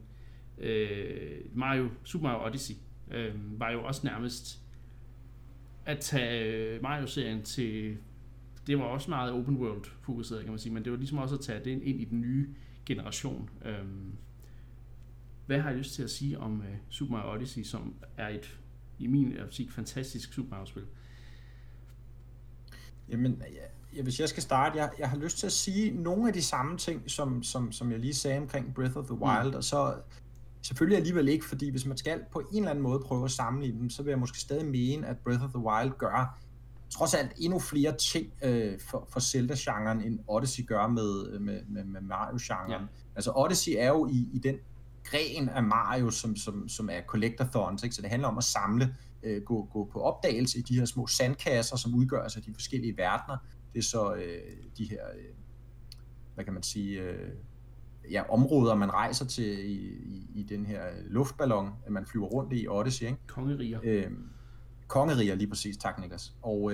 Super Mario Odyssey var jo også nærmest at tage Mario-serien til, det var også meget open world fokuseret, kan man sige, men det var ligesom også at tage det ind i den nye generation. Hvad har jeg lyst til at sige om Super Mario Odyssey, som er et, i min optik, fantastisk Super Mario-spil? Jamen, hvis jeg skal starte, jeg har lyst til at sige nogle af de samme ting, som jeg lige sagde omkring Breath of the Wild, og så selvfølgelig alligevel ikke, fordi hvis man skal på en eller anden måde prøve at sammenligne dem, så vil jeg måske stadig mene, at Breath of the Wild gør trods alt endnu flere ting for Zelda-genren, end Odyssey gør med Mario-genren. Ja. Altså Odyssey er jo i den gren af Mario, som er collectathons, ikke? Så det handler om at samle, gå på opdagelse i de her små sandkasser, som udgøres af de forskellige verdener. Det er så de her, hvad kan man sige, områder, man rejser til i den her luftballon, man flyver rundt i Odyssey. Ikke? Kongeriger. Kongeriger, lige præcis. Tak, Niklas.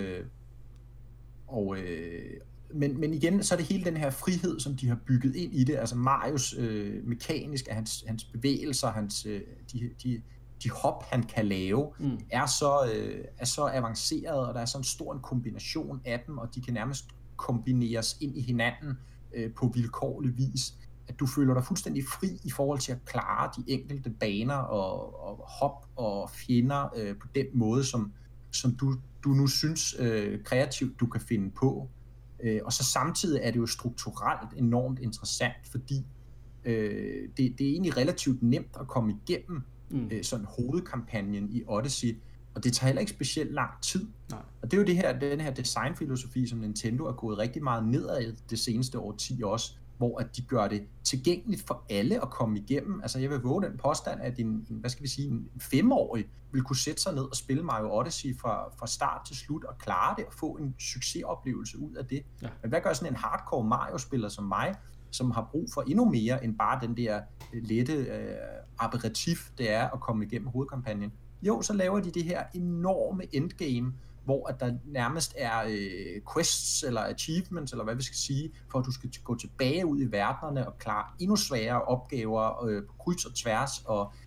Men igen, så er det hele den her frihed, som de har bygget ind i det. Altså Marios mekanisk, hans bevægelser, de hop, han kan lave, er så avanceret, og der er så en stor kombination af dem, og de kan nærmest kombineres ind i hinanden på vilkårlig vis. At du føler dig fuldstændig fri i forhold til at klare de enkelte baner og hop og fjender på den måde, som du nu synes kreativt, du kan finde på. Og så samtidig er det jo strukturelt enormt interessant, fordi det er egentlig relativt nemt at komme igennem sådan hovedkampagnen i Odyssey, og det tager heller ikke specielt lang tid. Nej. Og det er jo den her designfilosofi, som Nintendo er gået rigtig meget nedad det seneste årti også, hvor at de gør det tilgængeligt for alle at komme igennem. Altså jeg vil våge den påstand, at en 5-årig vil kunne sætte sig ned og spille Mario Odyssey fra start til slut og klare det og få en succesoplevelse ud af det. Ja. Men hvad gør sådan en hardcore Mario-spiller som mig, som har brug for endnu mere end bare den der lette aperitif, det er at komme igennem hovedkampagnen? Jo, så laver de det her enorme endgame, hvor at der nærmest er quests eller achievements, eller hvad vi skal sige, for at du skal gå tilbage ud i verdenerne og klare endnu sværere opgaver på kryds og tværs, og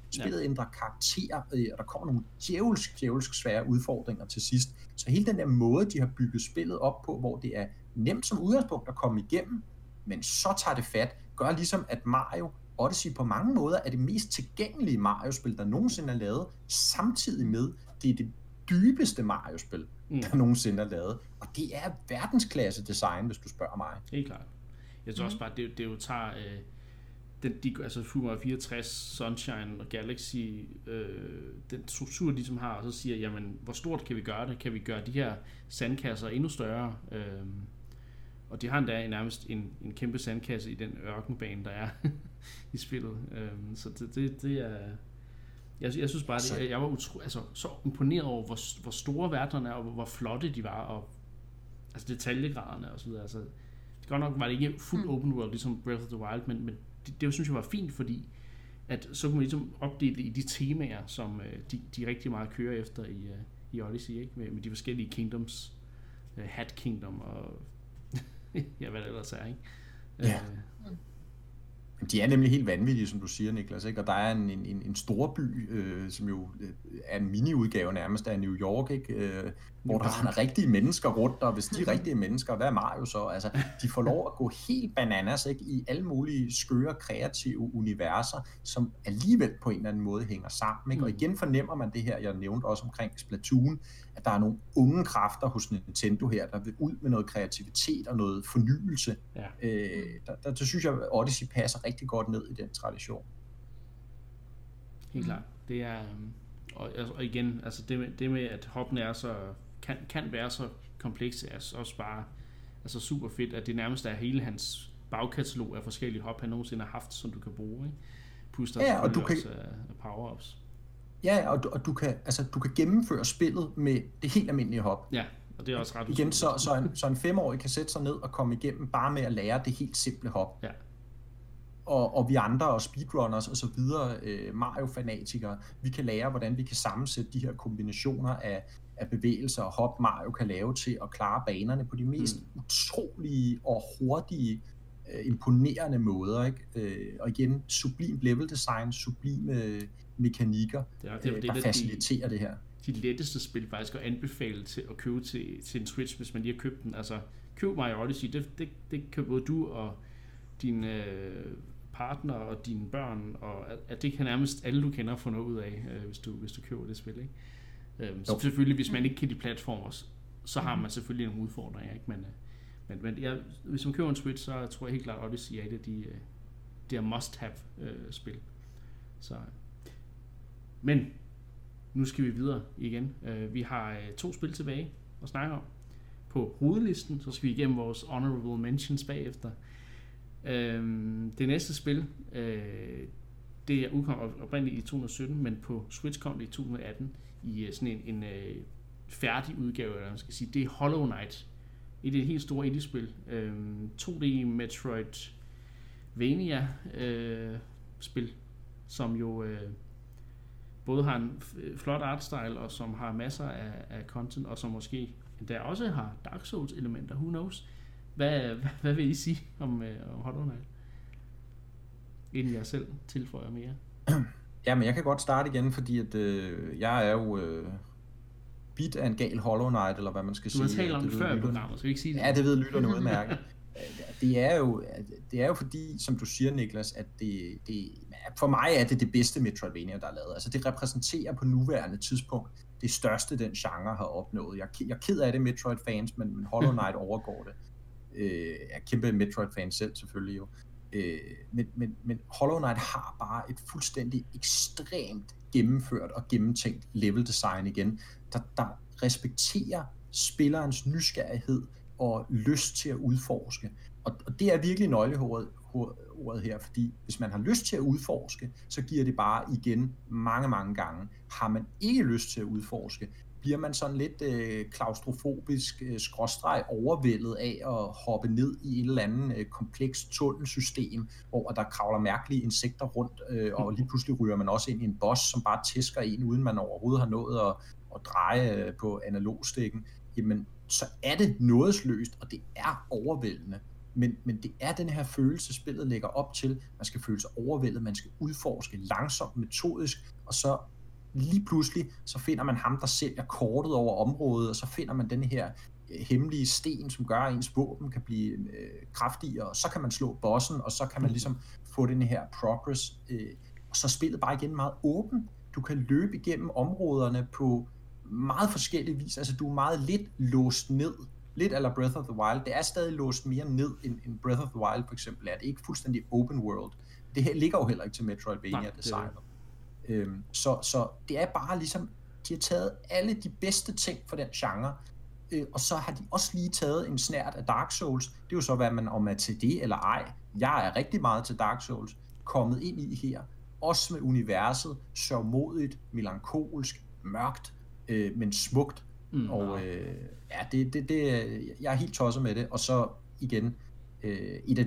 Spillet ændrer karakter, og der kommer nogle djævelsk svære udfordringer til sidst. Så hele den der måde, de har bygget spillet op på, hvor det er nemt som udgangspunkt at komme igennem, men så tager det fat, gør ligesom, at Mario Odyssey på mange måder er det mest tilgængelige Mario-spil, der nogensinde er lavet, samtidig med, det er det dybeste Mario-spil, der nogensinde er lavet. Og det er verdensklasse design, hvis du spørger mig. Helt klart. Jeg tror også bare, det jo tager altså Super Mario 64, Sunshine og Galaxy, den struktur, de som har, og så siger, jamen, hvor stort kan vi gøre det? Kan vi gøre de her sandkasser endnu større? Og de har endda nærmest en kæmpe sandkasse i den ørkenbane, der er i spillet. Så det er... Jeg synes bare, jeg var så imponeret over, hvor store verdenerne er, og hvor flotte de var, og altså detaljegraderne og så videre. Altså, godt nok var det ikke fuld open world, ligesom Breath of the Wild, men det synes jeg var fint, fordi at så kunne man ligesom opdele det i de temaer, som de rigtig meget kører efter i Odyssey, ikke? Med de forskellige kingdoms, Hat Kingdom og ja, hvad det ellers er, ikke? Ja. De er nemlig helt vanvittige, som du siger, Niklas, ikke? Og der er en storby, som jo er en mini-udgave nærmest af New York, ikke? Hvor der render rigtige mennesker rundt, og hvis de er rigtige mennesker, hvad er Mario så? Altså, de får lov at gå helt bananas, ikke? I alle mulige skøre, kreative universer, som alligevel på en eller anden måde hænger sammen, ikke? Og igen fornemmer man det her, jeg nævnte også omkring Splatoon, at der er nogle unge kræfter hos Nintendo her, der vil ud med noget kreativitet og noget fornyelse. Ja. Der synes jeg, at Odyssey passer rigtig godt ned i den tradition. Helt klart. Det er, og igen, altså det med, at hoppene er så, kan være så komplekse, er også bare altså super fedt, at det nærmest er hele hans bagkatalog af forskellige hop, han nogensinde har haft, som du kan bruge, ikke? Plus der og du kan også power-ups. Ja, og du kan gennemføre spillet med det helt almindelige hop. Ja, og det er også ret igen, så en 5-årig kan sætte sig ned og komme igennem bare med at lære det helt simple hop. Ja. Og vi andre og speedrunners og så videre, Mario-fanatikere, vi kan lære, hvordan vi kan sammensætte de her kombinationer af bevægelser og hop, Mario kan lave til at klare banerne på de mest utrolige og hurtige, imponerende måder, ikke? Og igen, sublim level design, sublime mekanikker, der faciliterer det her. De letteste spil faktisk at anbefale til at købe til en Switch, hvis man lige har købt den. Altså, køb Mario Odyssey, det kan både du og din partner og dine børn, og at det kan nærmest alle, du kender, få noget ud af, hvis du køber det spil, ikke? Så selvfølgelig, hvis man ikke kan de platformer, så har man selvfølgelig nogle udfordringer, ikke? Men hvis man køber en Switch, så tror jeg helt klart, at Odyssey er et af de her must-have spil. Så. Men nu skal vi videre igen. Vi har 2 spil tilbage at snakke om. På hovedlisten, så skal vi igennem vores honorable mentions bagefter. Det næste spil, det er udkommet oprindeligt i 2017, men på Switch kom det i 2018 i sådan en færdig udgave, eller man skal sige, det er Hollow Knight. Det er et helt stort indie-spil. 2D Metroidvania spil, som jo både har en flot artstyle, og som har masser af content, og som måske endda også har Dark Souls elementer, who knows. Hvad vil I sige om Hollow Knight? Inden jeg selv tilføjer mere. Jamen, jeg kan godt starte igen, fordi at, jeg er jo bit af en gal Hollow Knight, eller hvad man skal sige. Du har talt om det før i programmet, skal vi ikke sige det? Ja, det ved lytterne udmærket. Det er jo fordi, som du siger, Niklas, at det for mig er det bedste Metroidvania, der er lavet. Altså det repræsenterer på nuværende tidspunkt det største, den genre har opnået. Jeg er ked af det, Metroid-fans, men Hollow Knight overgår det. Jeg er kæmpe Metroid-fan selv selvfølgelig jo. Men Hollow Knight har bare et fuldstændig ekstremt gennemført og gennemtænkt level design igen, der respekterer spillerens nysgerrighed og lyst til at udforske. Og det er virkelig nøgleordet her, fordi hvis man har lyst til at udforske, så giver det bare igen mange gange. Har man ikke lyst til at udforske, bliver man sådan lidt klaustrofobisk, overvældet af at hoppe ned i et eller andet komplekst tunnelsystem, hvor der kravler mærkelige insekter rundt, og lige pludselig ryger man også ind i en boss, som bare tæsker en, uden man overhovedet har nået at dreje på analogstikken. Jamen, så er det nådesløst, og det er overvældende. men det er den her følelse, spillet lægger op til. Man skal føle sig overvældet, man skal udforske langsomt, metodisk, og så lige pludselig, så finder man ham, der sælger kortet over området, og så finder man den her hemmelige sten, som gør, at ens våben kan blive kraftigere, og så kan man slå bossen, og så kan man ligesom få den her progress. Og så er spillet bare igen meget åben. Du kan løbe igennem områderne på meget forskellige vis. Altså, du er meget lidt låst ned. Lidt eller Breath of the Wild. Det er stadig låst mere ned, end Breath of the Wild for eksempel er. Det er ikke fuldstændig open world. Det her ligger jo heller ikke til Metroidvania-designet. Så det er bare ligesom, de har taget alle de bedste ting for den genre, og så har de også lige taget en snært af Dark Souls. Det er jo så, hvad man om er til det eller ej. Jeg er rigtig meget til Dark Souls, kommet ind i her, også med universet, sørgmodigt, melankolsk, mørkt, men smukt. Og jeg er helt tosset med det, og så igen, et af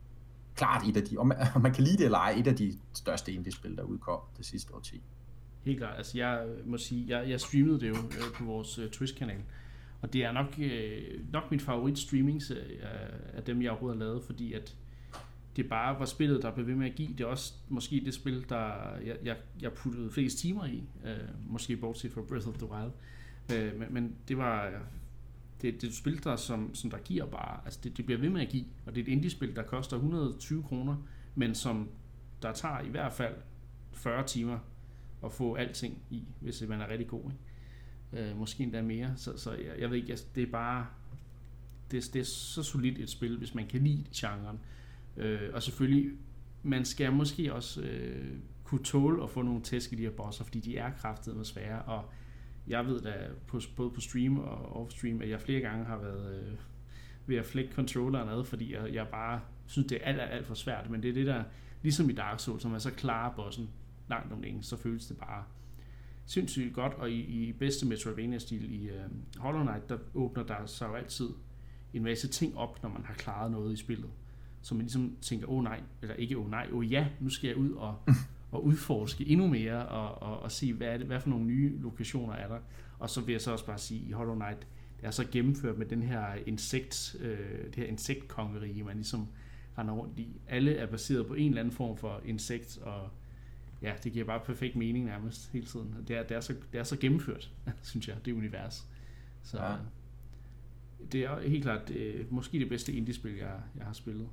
de, om man kan lide det eller ej, et af de største indie-spil, der udkom det sidste årti. Helt klart, altså jeg må sige, jeg streamede det jo på vores Twitch-kanal, og det er nok min favorit streaming-serie af dem, jeg overhovedet har lavet, fordi at det bare var spillet, der blev ved med at give. Det er også måske det spil, der jeg puttede flest timer i, måske bortset fra Breath of the Wild. Men det var det er et spil, der som der giver bare, altså det bliver ved med at give, og det er et indie-spil, der koster 120 kroner, men som der tager i hvert fald 40 timer at få alting i, hvis man er rigtig god, ikke? Måske endda mere, så jeg ved ikke, altså, det er bare det er så solidt et spil, hvis man kan lide genren, og selvfølgelig man skal måske også kunne tåle at få nogle tæsk i de her bosser, fordi de er kraftedeme svære, og jeg ved da både på stream og off-stream, at jeg flere gange har været ved at flække controlleren ad, fordi jeg bare synes, det er alt for svært, men det er det der, ligesom i Dark Souls, som er så klarer bossen langt om længe, så føles det bare sindssygt godt, og i bedste Metroidvania-stil i Hollow Knight, der åbner der sig jo altid en masse ting op, når man har klaret noget i spillet, så man ligesom tænker, ja, nu skal jeg ud og udforske endnu mere, og se, hvad for nogle nye lokationer er der. Og så vil jeg så også bare sige, i Hollow Knight, det er så gennemført med den her det her insektkongeri, man ligesom render rundt i. Alle er baseret på en eller anden form for insekt, og ja, det giver bare perfekt mening nærmest hele tiden. Det er så gennemført, synes jeg, det univers. Så ja. Det er helt klart måske det bedste indie-spil, jeg har spillet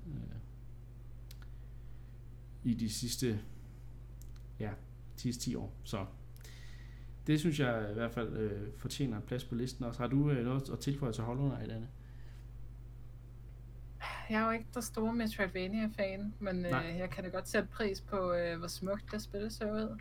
i de sidste 10 år. Så det synes jeg i hvert fald fortjener en plads på listen også. Har du noget at tilføje til Hollow Knight, Anne? Jeg er jo ikke der store Metroidvania-fan, men jeg kan da godt sætte pris på, hvor smukt det spil ser ud.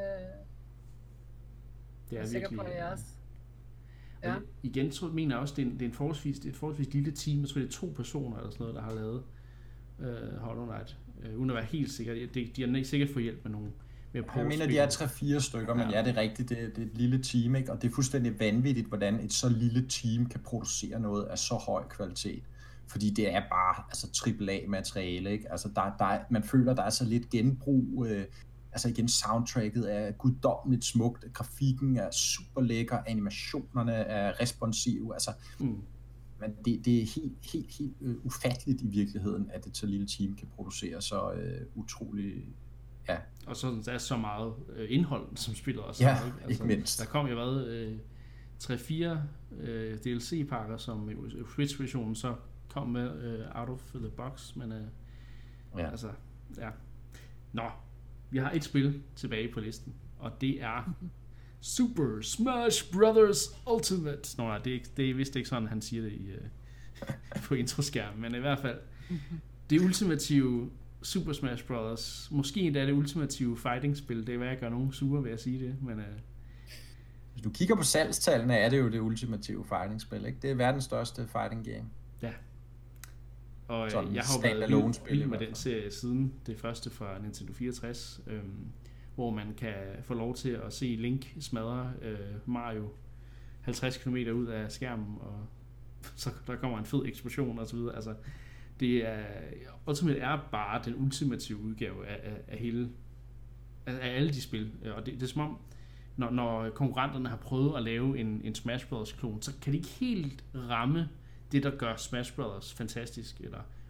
Det er sikker på, at jeg også. Ja. Igen mener jeg også, det er et forholdsvis lille team. Jeg tror, det er 2 personer eller sådan noget, der har lavet Hollow Knight. Uden at være helt sikker. De har sikkert fået hjælp med nogle. Jeg mener, de er 3-4 stykker, men ja, det er rigtigt. Det er et lille team, ikke? Og det er fuldstændig vanvittigt, hvordan et så lille team kan producere noget af så høj kvalitet. Fordi det er bare AAA-materiale, ikke? Altså, man føler, der er så lidt genbrug. Altså igen, soundtracket er guddommeligt smukt, grafikken er super lækker, animationerne er responsive. Altså, men det er helt ufatteligt i virkeligheden, at et så lille team kan producere så utrolig. Ja. Og så er så meget indhold, som spiller også. Ja, ikke? Altså, ikke mindst. Der kom jo 3-4 DLC-pakker, som Switch-versionen så kom med out of the box, men altså, ja. Nå, vi har et spil tilbage på listen, og det er Super Smash Bros. Ultimate. Nå, det er vist ikke sådan, han siger det på introskærmen, men i hvert fald det ultimative Super Smash Bros. Måske endda det ultimative fighting-spil. Det er, hvad jeg gør nogen sure ved at sige det, men hvis du kigger på salgstallene, er det jo det ultimative fighting-spil, ikke? Det er verdens største fighting game. Ja. Og sådan jeg har været vild med den serie siden det første fra Nintendo 64, hvor man kan få lov til at se Link smadre Mario 50 km ud af skærmen, og så der kommer en fed eksplosion og så videre. Altså, det er Ultimate er bare den ultimative udgave af hele af alle de spil, og det er som om når konkurrenterne har prøvet at lave en Smash Bros. Klon, så kan de ikke helt ramme det, der gør Smash Bros. Fantastisk eller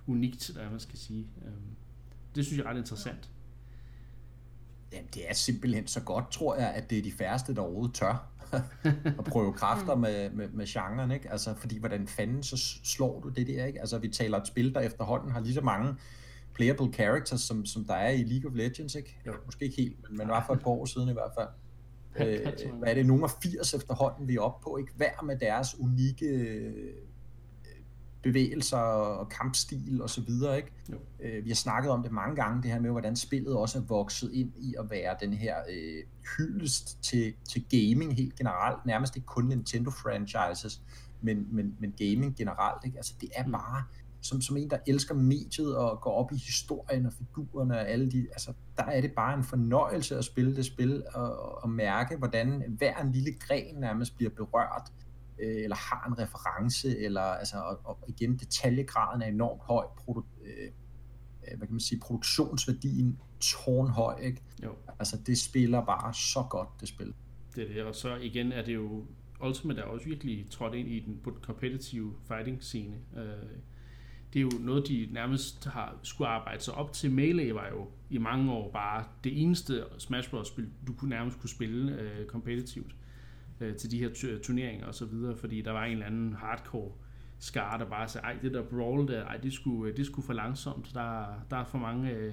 unikt, der man skal sige. Det synes jeg er ret interessant. Jamen, det er simpelthen så godt, tror jeg, at det er de færreste, der overhovedet tør at prøve kræfter med genren, ikke? Altså, fordi hvordan fanden så slår du det der, ikke? Altså, vi taler et spil, der efterhånden har lige så mange playable characters, som der er i League of Legends, ikke? Jo. Måske ikke helt, men var for et par år siden i hvert fald. Hvad er det? Nogle af 80 efterhånden, vi er oppe på, ikke? Hver med deres unikke bevægelser og kampstil og så videre, ikke? Vi har snakket om det mange gange, det her med, hvordan spillet også er vokset ind i at være den her hyldest til gaming helt generelt, nærmest ikke kun Nintendo-franchises, men gaming generelt, ikke? Altså, det er bare, som en, der elsker mediet og går op i historien og figurerne og alle de, altså, der er det bare en fornøjelse at spille det spil og mærke, hvordan hver en lille gren nærmest bliver berørt, eller har en reference, eller altså, og igen, detaljegraden er enormt høj, hvad kan man sige, produktionsværdien tårnhøj, ikke? Jo. Altså, det spiller bare så godt, det spil. Det er det, og så igen er det jo, Ultimate er også virkelig trådt ind i den competitive fighting scene. Det er jo noget, de nærmest har skulle arbejde sig op til. Melee var jo i mange år bare det eneste Smash Bros. Spil, du nærmest kunne spille kompetitivt til de her turneringer og så videre, fordi der var en eller anden hardcore skare, der bare sagde, ej, det der brawl der, ej, det skulle for langsomt, der er for mange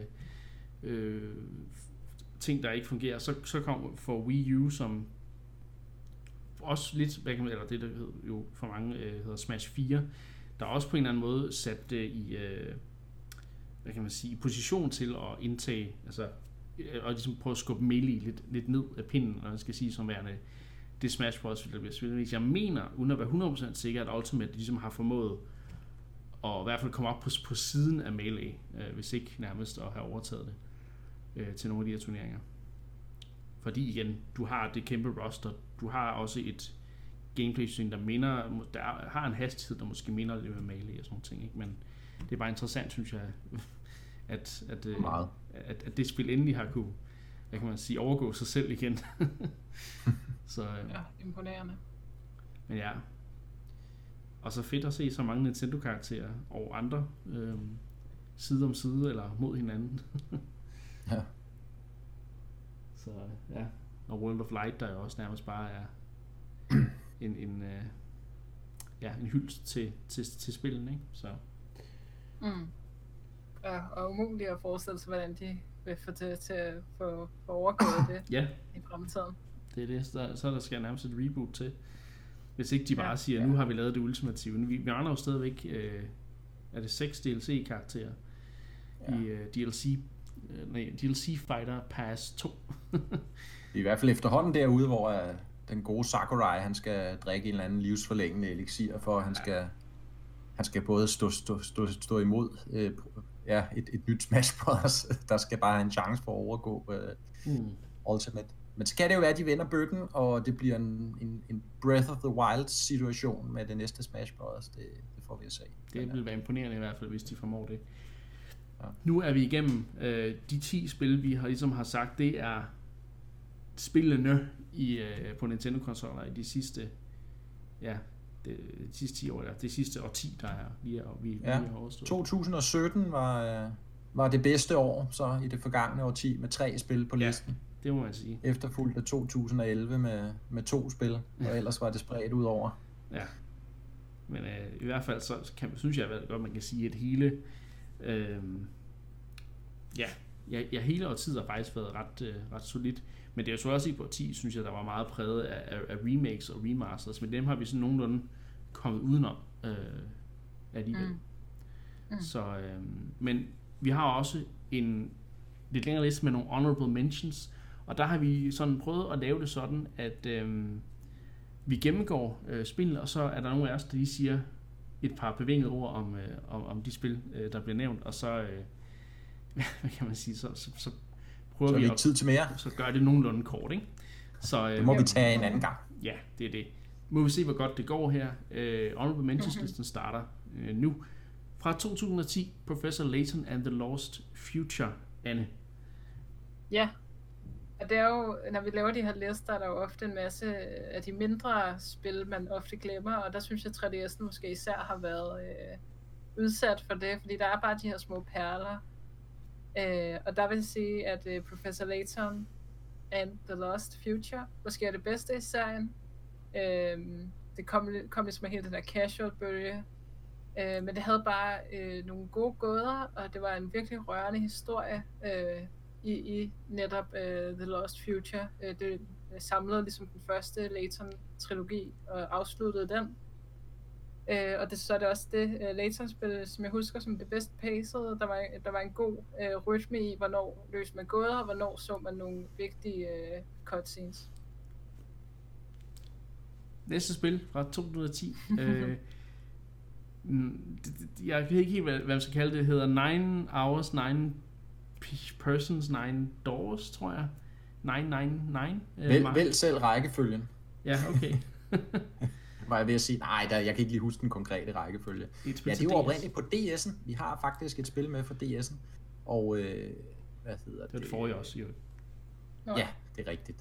ting, der ikke fungerer. Så kom for Wii U, som også lidt, eller det der hed, jo for mange hedder Smash 4, der også på en eller anden måde sat det i, hvad kan man sige, i position til at indtage, altså, og ligesom prøve at skubbe Melee lidt ned af pinden, og jeg skal sige som værende, det Smash Bros. Der bliver spillet. Jeg mener, uden at være 100% sikker, at Ultimate ligesom har formået at i hvert fald komme op på siden af Melee, hvis ikke nærmest at have overtaget det til nogle af de her turneringer. Fordi igen, du har det kæmpe roster, du har også et gameplay-system, der har en hastighed, der måske minder lidt med Melee og sådan nogle ting, ikke? Men det er bare interessant, synes jeg, at det spil endelig har kunne, hvad kan man sige, overgå sig selv igen. Så, ja, imponerende. Men ja. Og så fedt at se så mange Nintendo-karakterer og andre side om side eller mod hinanden. Ja. Så ja. Og World of Light, der jo også nærmest bare er en hyldest til spillen, ikke? Så. Ja, og umuligt at forestille sig, hvordan de vil få til at få overgået det i fremtiden. Det er det, så der skal nærmest et reboot til. Hvis ikke de bare siger, nu har vi lavet det ultimative. Vi mangler jo stadigvæk, er det 6 DLC-karakterer i DLC Fighter Pass 2. I hvert fald efterhånden derude, hvor den gode Sakurai, han skal drikke en eller anden livsforlængende elixir, for han skal både stå imod et nyt Smash Bros. Der skal bare have en chance for at overgå Ultimate. Men så kan det jo være, at de vender bøtten, og det bliver en Breath of the Wild situation med det næste Smash Bros. Det får vi at se. Det vil være imponerende i hvert fald, hvis de formår det. Ja. Nu er vi igennem de 10 spil, vi har sagt, det er spillene på Nintendo-konsoller i de sidste 10 år, eller det sidste årti, der er lige vi har overstået. 2017 var det bedste år så i det forgangne årti med 3 spil på listen. Det må man sige. Efterfulgt af 2011 med 2 spil, og ellers var det spredt ud over. Ja. Men i hvert fald så synes jeg godt, man kan sige, at hele hele årtiet har faktisk været ret solidt. Men det er jo så også i på årti, synes jeg, der var meget præget af remakes og remasters, men dem har vi sådan nogenlunde kommet udenom alligevel. Så, men vi har også en lidt længere liste med nogle honorable mentions, og der har vi sådan prøvet at lave det sådan, at vi gennemgår spillet, og så er der nogle af os, der lige siger et par bevingede ord om de spil, der bliver nævnt, og så hvad kan man sige, så prøver vi at tid til mere. Så gør det nogenlunde kort, ikke? Så det må vi tage en anden gang. Ja, det er det. Må vi se, hvor godt det går her. Honorable Mentions-listen starter nu. Fra 2010, Professor Layton and the Lost Future, Anne. Ja, og det er jo, når vi laver de her lister, er der jo ofte en masse af de mindre spil, man ofte glemmer, og der synes jeg, 3DS'en måske især har været udsat for det, fordi der er bare de her små perler. Og der vil jeg sige, at Professor Layton and the Lost Future måske er det bedste i serien. Det kom ligesom med hele den der casual-bølge. Men det havde bare nogle gode gåder, og det var en virkelig rørende historie i netop The Lost Future. Det samlede ligesom den første Layton-trilogi og afsluttede den. Og så er det også det Layton-spil, som jeg husker som det bedst paced. Der var en god rytme i, hvornår løste man gåder, og hvornår så man nogle vigtige cutscenes. Næste spil fra 2010. Jeg ved ikke helt, hvad man skal kalde det. Det hedder 9 Hours, 9 Persons, 9 Doors, tror jeg. 999. Vælg selv rækkefølgen. Ja, okay. Var jeg ved at sige, nej, jeg kan ikke lige huske den konkrete rækkefølge. Ja, det var oprindeligt på DS'en. Vi har faktisk et spil med for DS'en. Og, hvad hedder det? Det var det forrige også, jo. Ja, det er rigtigt.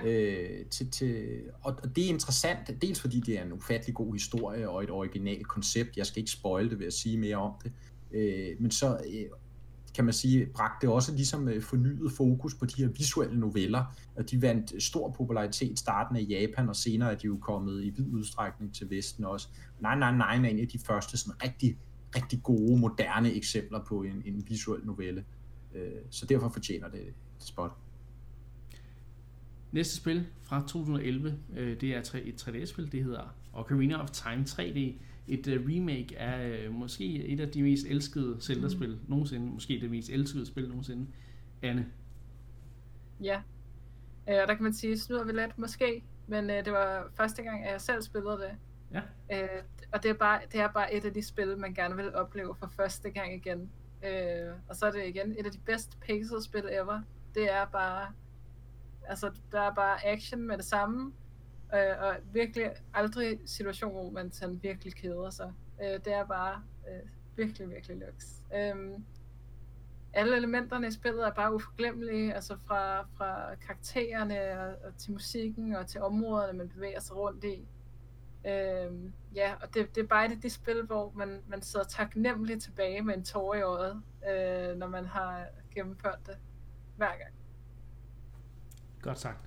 Og det er interessant, dels fordi det er en ufattelig god historie og et originalt koncept. Jeg skal ikke spoile det ved at sige mere om det. Men så kan man sige, bragte det også ligesom fornyet fokus på de her visuelle noveller, og de vandt stor popularitet startende i Japan, og senere er de jo kommet i vid udstrækning til Vesten også. Nej, er en af de første sådan rigtig, rigtig gode, moderne eksempler på en visuel novelle. Så derfor fortjener det et spot. Næste spil fra 2011, det er et 3D-spil, det hedder Ocarina of Time 3D. Et remake af måske et af de mest elskede Zelda-spil nogensinde. Måske det mest elskede spil nogensinde. Anne? Ja, og der kan man sige, snyder vi lidt måske, men det var første gang, at jeg selv spillede det. Ja. Og det er bare et af de spil, man gerne vil opleve for første gang igen. Og så er det igen et af de bedst paced spil ever. Det er bare, altså der er bare action med det samme. Og virkelig aldrig situation, hvor man sådan virkelig keder sig. Det er bare virkelig, virkelig lyks. Alle elementerne i spillet er bare uforglemmelige, altså fra karaktererne og til musikken og til områderne, man bevæger sig rundt i. Ja, og det er bare det spil, hvor man sidder taknemmeligt tilbage med en tåre i øjet, når man har gennemført det hver gang. Godt sagt.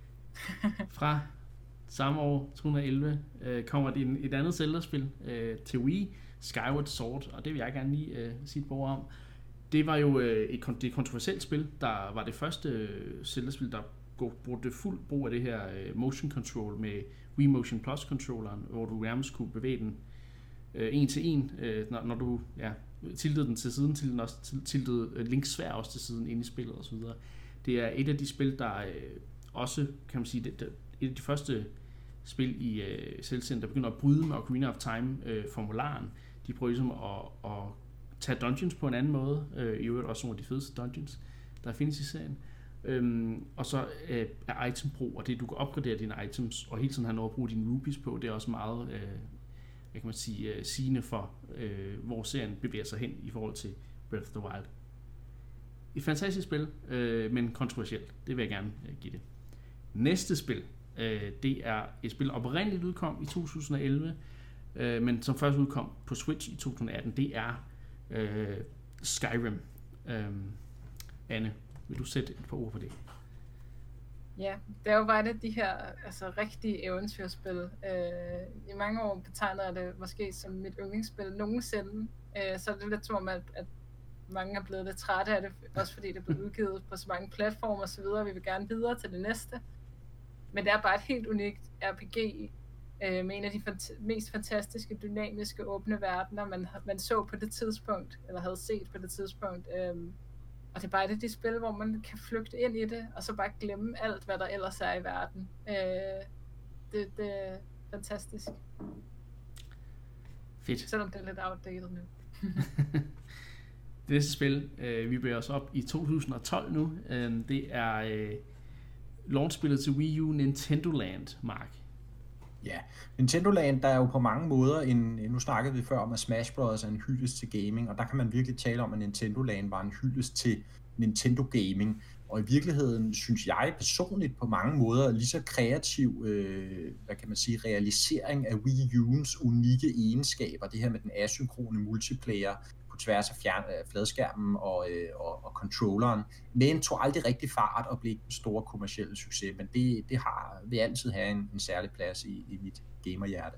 Fra samme år, 2011, kommer det et andet Zelda-spil til Wii, Skyward Sword, og det vil jeg gerne lige sige et par ord om. Det var jo et kontroversielt spil, der var det første Zelda-spil, der brugte fuld brug af det her motion control med Wii Motion Plus controlleren, hvor du nærmest kunne bevæge den en til en, når du tiltede den til siden, til den også tiltede Links sværd også til siden inde i spillet osv. Det er et af de spil, der også, kan man sige, et af de første spil i Zelda, der begynder at bryde med Ocarina of Time-formularen. De prøver ligesom at tage dungeons på en anden måde, i øvrigt også nogle af de fedeste dungeons, der findes i serien. Og så er itembrug, og det du kan opgradere dine items, og hele tiden have noget at bruge dine rupees på, det er også meget, hvad kan man sige, sigende for, hvor serien bevæger sig hen i forhold til Breath of the Wild. Et fantastisk spil, men kontroversielt. Det vil jeg gerne give det. Næste spil, det er et spil, oprindeligt udkom i 2011, men som først udkom på Switch i 2018. Det er Skyrim. Anne, vil du sætte et par ord på det? Ja, det er jo bare det, de her altså, rigtige eventyrspil. I mange år betegner jeg det måske som mit yndlingsspil nogensinde. Så er det lidt som om, at mange er blevet lidt trætte af det, også fordi det er blevet udgivet på så mange platformer og så videre. Vi vil gerne videre til det næste. Men det er bare et helt unikt RPG med en af de mest fantastiske, dynamiske, åbne verdener, man så på det tidspunkt, eller havde set på det tidspunkt. Og det er bare de spil, hvor man kan flygte ind i det, og så bare glemme alt, hvad der ellers er i verden. Det er fantastisk. Fedt. Selvom det er lidt outdated nu. Det næste spil, vi bevæger os op i 2012 nu, det er launchspillet til Wii U, Nintendo Land, Mark. Ja, Nintendo Land, der er jo på mange måder nu snakkede vi før om, at Smash Bros. Er en hyldest til gaming, og der kan man virkelig tale om, at Nintendo Land var en hyldest til Nintendo Gaming. og i virkeligheden synes jeg personligt på mange måder lige så kreativ, hvad kan man sige, realisering af Wii U'ens unikke egenskaber, det her med den asynkrone multiplayer på tværs af fladskærmen og controlleren, men tog aldrig rigtig fart og blev ikke en stor kommerciel succes, men det vil altid have en særlig plads i mit gamerhjerte.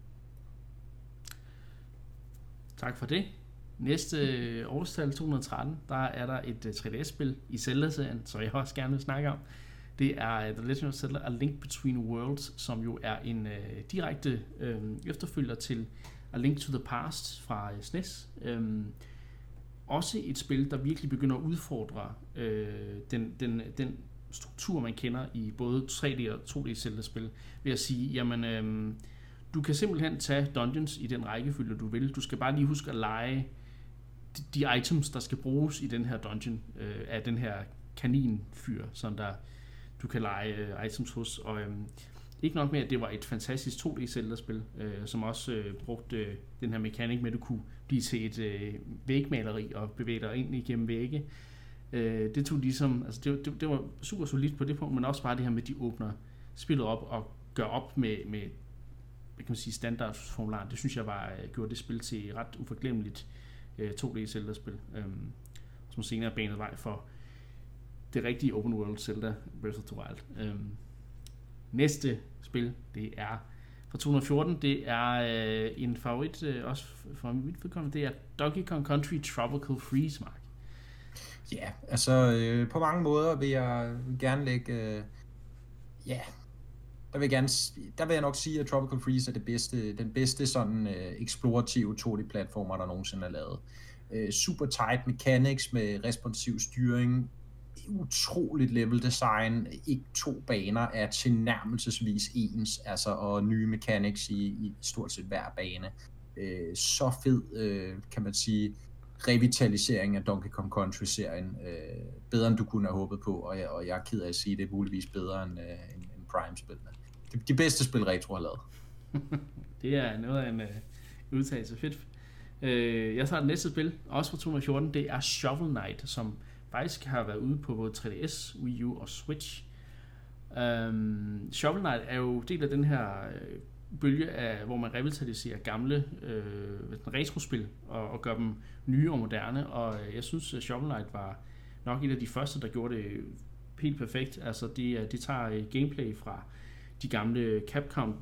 Tak for det. Næste årstal 213, der er der et 3DS-spil i Zelda-serien, som jeg også gerne vil snakke om. Det er The Legend of Zelda: A Link Between Worlds, som jo er en direkte efterfølger til A Link to the Past fra SNES. Også et spil, der virkelig begynder at udfordre den struktur, man kender i både 3D og 2D Zelda-spil, ved at sige, jamen, du kan simpelthen tage dungeons i den rækkefølge, du vil. Du skal bare lige huske at lege de items, der skal bruges i den her dungeon, af den her kaninfyr, som du kan lege items hos. Og ikke nok med, at det var et fantastisk 2D Zelda-spil, som også brugte den her mekanik med, at du kunne blive til et vægmaleri og bevæge dig ind igennem vægge. Det tog ligesom, altså det var super solidt på det punkt, men også bare det her med, at de åbner spillet op og gør op med hvad kan man sige, standardformularen. Det synes jeg gjorde det spil til ret uforglemmeligt 2D Zelda-spil, som senere banede vej for det rigtige open world Zelda Breath of the Wild. Næste spil, det er fra 2014, det er en favorit, også fra mit vedkommende, det er Donkey Kong Country Tropical Freeze, Mark. Ja, altså på mange måder vil jeg gerne lægge, der vil jeg nok sige, at Tropical Freeze er den bedste sådan eksplorative 2D-platformer, der nogensinde er lavet. Super tight mechanics med responsiv styring, utroligt level design, ikke 2 baner er tilnærmelsesvis ens, altså, og nye mechanics i stort set hver bane. Så fed, kan man sige, revitalisering af Donkey Kong Country-serien. Bedre end du kunne have håbet på, og jeg er ked af at sige, det er muligvis bedre end Prime-spillene. De bedste spil Retro har lavet. Det er noget af en udtalelse. Fedt. Jeg tager det næste spil, også fra 2014, det er Shovel Knight, som faktisk har været ude på både 3DS, Wii U og Switch. Shovel Knight er jo del af den her bølge af, hvor man revitaliserer gamle retrospil og gør dem nye og moderne, og jeg synes, at Shovel Knight var nok et af de første, der gjorde det helt perfekt. Altså, de tager gameplay fra de gamle Capcom,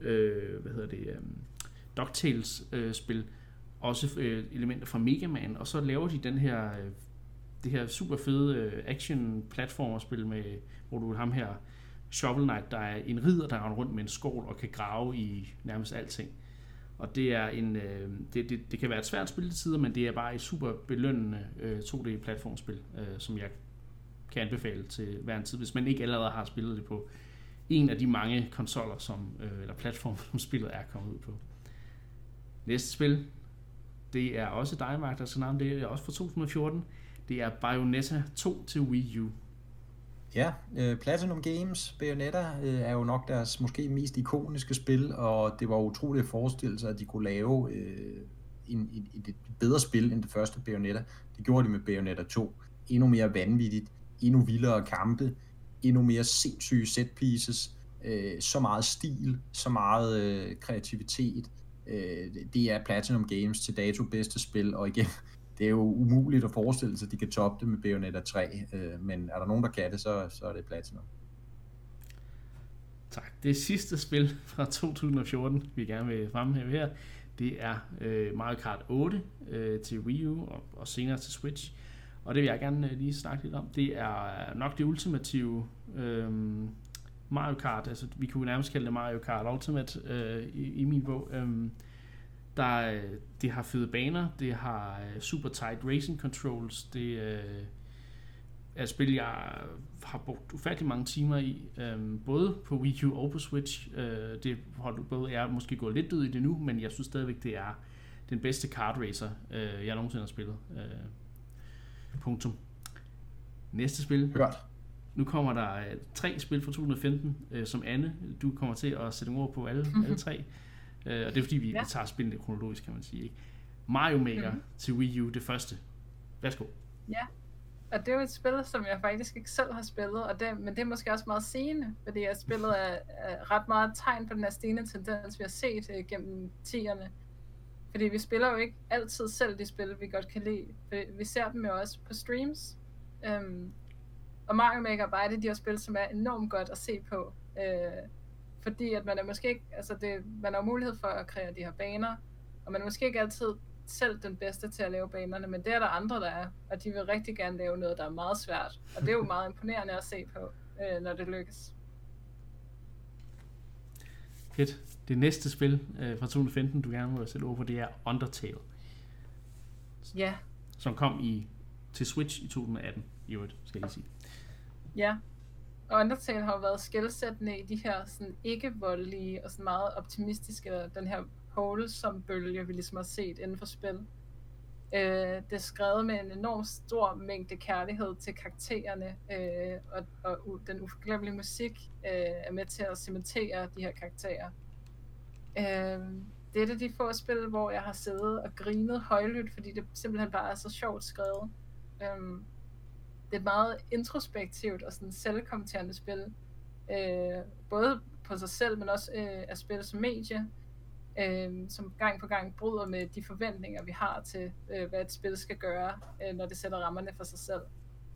DuckTales spil, også elementer fra Mega Man, og så laver de det her super fede action-platformerspil med, hvor du ham her Shovel Knight, der er en ridder, der render rundt med en skål og kan grave i nærmest alting. Og det er det kan være et svært spil til tider, men det er bare et super belønnende 2D-platformspil, som jeg kan anbefale til hver en tid, hvis man ikke allerede har spillet det på en af de mange konsoller, eller platformer, som spillet er kommet ud på. Næste spil, det er også dig, Mark, der skal navne det, er også fra 2014. Det er Bayonetta 2 til Wii U. Ja, Platinum Games Bayonetta er jo nok deres måske mest ikoniske spil, og det var utroligt at forestille sig, at de kunne lave et bedre spil end det første Bayonetta. Det gjorde de med Bayonetta 2. Endnu mere vanvittigt, endnu vildere kampe, endnu mere sindssyge set pieces, så meget stil, så meget kreativitet. Det er Platinum Games til dato bedste spil, og igen, det er jo umuligt at forestille sig, at de kan toppe det med Bayonetta 3, men er der nogen, der kan det, så er det Platinum. Tak. Det sidste spil fra 2014, vi gerne vil fremhæve her, det er Mario Kart 8 til Wii U og senere til Switch. Og det vil jeg gerne lige snakke lidt om. Det er nok det ultimative Mario Kart. Altså, vi kunne nærmest kalde det Mario Kart Ultimate i min bog. Det har fede baner, det har super tight racing controls, det er et spil, jeg har brugt ufattelig mange timer i, både på Wii U og på Switch. Det har både jeg måske gået lidt ud i det nu, men jeg synes stadigvæk, det er den bedste kart racer, jeg nogensinde har spillet. Punktum. Næste spil. Hørt. Nu kommer der 3 spil fra 2015, som Anne, du kommer til at sætte ord på alle 3. Og det er fordi, vi tager spillene kronologisk, kan man sige. Ikke? Mario Maker til Wii U, det første. Værsgo. Ja, Og det er jo et spil, som jeg faktisk ikke selv har spillet, men det er måske også meget sigende, fordi jeg spillet er ret meget tegn på den her stigende tendens, vi har set gennem 10'erne. Fordi vi spiller jo ikke altid selv de spil, vi godt kan lide. Vi ser dem jo også på streams. Og Mario Maker er bare de her spil, som er enormt godt at se på. Fordi at man er måske ikke, man har mulighed for at kreere de her baner, og man er måske ikke altid selv den bedste til at lave banerne, men det er der andre, der er, og de vil rigtig gerne lave noget, der er meget svært. Og det er jo meget imponerende at se på, når det lykkes. Fedt. Det næste spil fra 2015, du gerne må sætte over på, det er Undertale. Ja. Som kom til Switch i 2018, i øvrigt, skal jeg lige sige. Ja. Og Undertale har jo været skelsættende i de her sådan ikke-voldelige og sådan meget optimistiske, den her wholesome bølge, vi ligesom har set inden for spil. Det er skrevet med en enorm stor mængde kærlighed til karaktererne, og den uforglemmelige musik er med til at cementere de her karakterer. Det er et af de få spil, hvor jeg har siddet og grinet højlydt, fordi det simpelthen bare er så sjovt skrevet. Det er et meget introspektivt og sådan selvkommenterende spil, både på sig selv, men også at spille som medie, som gang på gang bryder med de forventninger, vi har til, hvad et spil skal gøre, når det sætter rammerne for sig selv.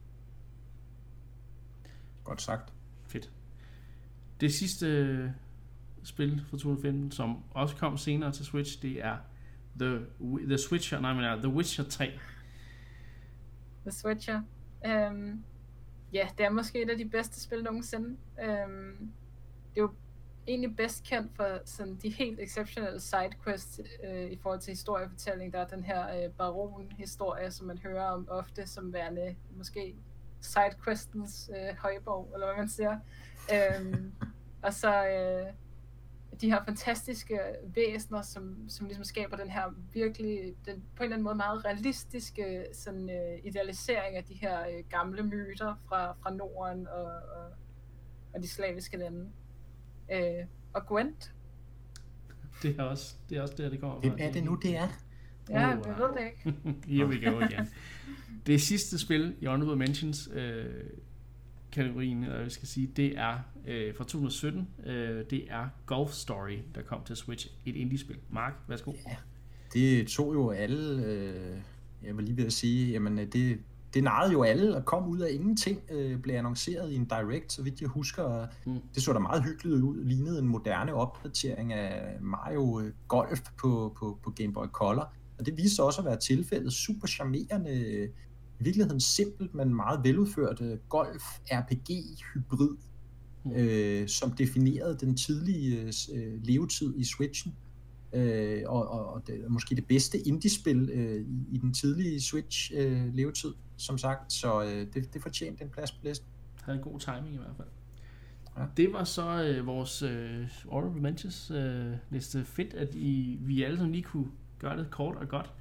Godt sagt. Fedt. Det sidste spil fra 2015, som også kom senere til Switch, det er The Witcher 3. The Switcher. Ja, det er måske et af de bedste spil nogensinde. Det er jo egentlig bedst kendt for sådan de helt exceptionelle sidequests i forhold til historiefortælling. Der er den her baron-historie, som man hører om ofte som værende måske sidequestens højborg, eller hvad man siger. Og så de her fantastiske væsener, som ligesom skaber den her virkelig, på en eller anden måde meget realistiske sådan, idealisering af de her gamle myter fra Norden og de slaviske lande. Og Gwent. Det er også der, det går. Hvem er det nu, det er? Ja, jeg ved det ikke. Here we go igen. Det sidste spil i Honorable Mentions kategorien, eller jeg skal sige, det er fra 2017. Det er Golf Story, der kom til Switch. Et indie-spil. Mark, værsgo. Ja, det tog jo alle, jeg var lige ved at sige, jamen det narrede jo alle og kom ud af ingenting, blev annonceret i en direct, så vidt jeg husker. Det så da meget hyggeligt ud, lignede en moderne opdatering af Mario Golf på Game Boy Color. Og det viste sig også at være tilfældet. Super charmerende, i virkeligheden simpelt, men meget veludført golf-RPG-hybrid, som definerede den tidlige levetid i Switchen. Og måske det bedste indie-spil i den tidlige Switch-levetid, som sagt. Så det fortjente en plads på listen. Havde en god timing i hvert fald. Ja. Det var så vores Honorable Mentions liste. Fedt, at vi alle sammen lige kunne gøre det kort og godt.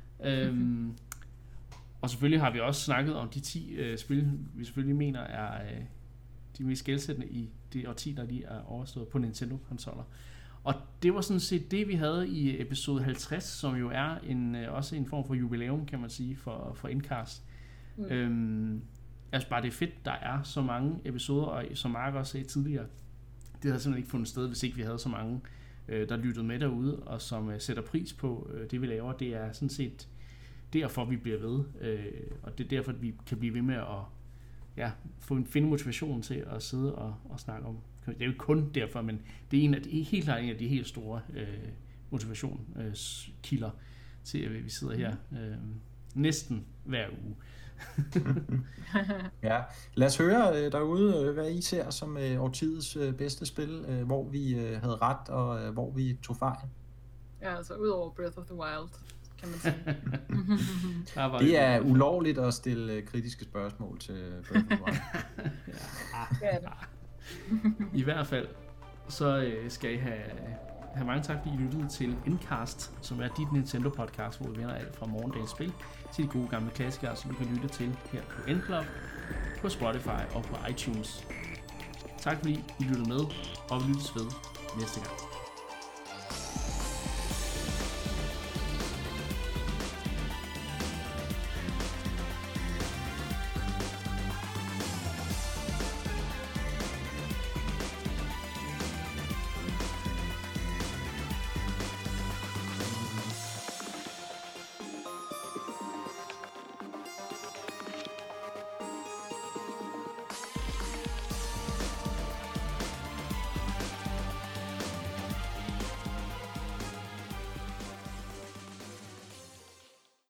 Og selvfølgelig har vi også snakket om de 10 spil, vi selvfølgelig mener er de mest skelsættende i det årti, der lige er overstået på Nintendo-konsoller. Og det var sådan set det, vi havde i episode 50, som jo er også en form for jubilæum, kan man sige, for Endcast. Altså bare det er fedt, der er så mange episoder, og som Mark også sagde tidligere, det havde simpelthen ikke fundet sted, hvis ikke vi havde så mange, der lyttede med derude, og som sætter pris på det, vi laver. Det er sådan set derfor, vi bliver ved, og det er derfor, at vi kan blive ved med at finde motivation til at sidde og snakke om. Det er jo ikke kun derfor, men det er helt klart en af de helt store motivationskilder til, at vi sidder her næsten hver uge. Ja, lad os høre derude, hvad I ser som årtidets bedste spil, hvor vi havde ret, og hvor vi tog fejl. Ja, altså ud over Breath of the Wild, kan man sige. Det er ulovligt at stille kritiske spørgsmål til Breath of the Wild. Ja, det er det. I hvert fald, så skal I have mange tak, fordi I lyttede til Endcast, som er dit Nintendo-podcast, hvor vi vender alt fra morgendagens spil til de gode gamle klassikere, som du kan lytte til her på Endclub, på Spotify og på iTunes. Tak fordi I lyttede med, og vi lyttes ved næste gang.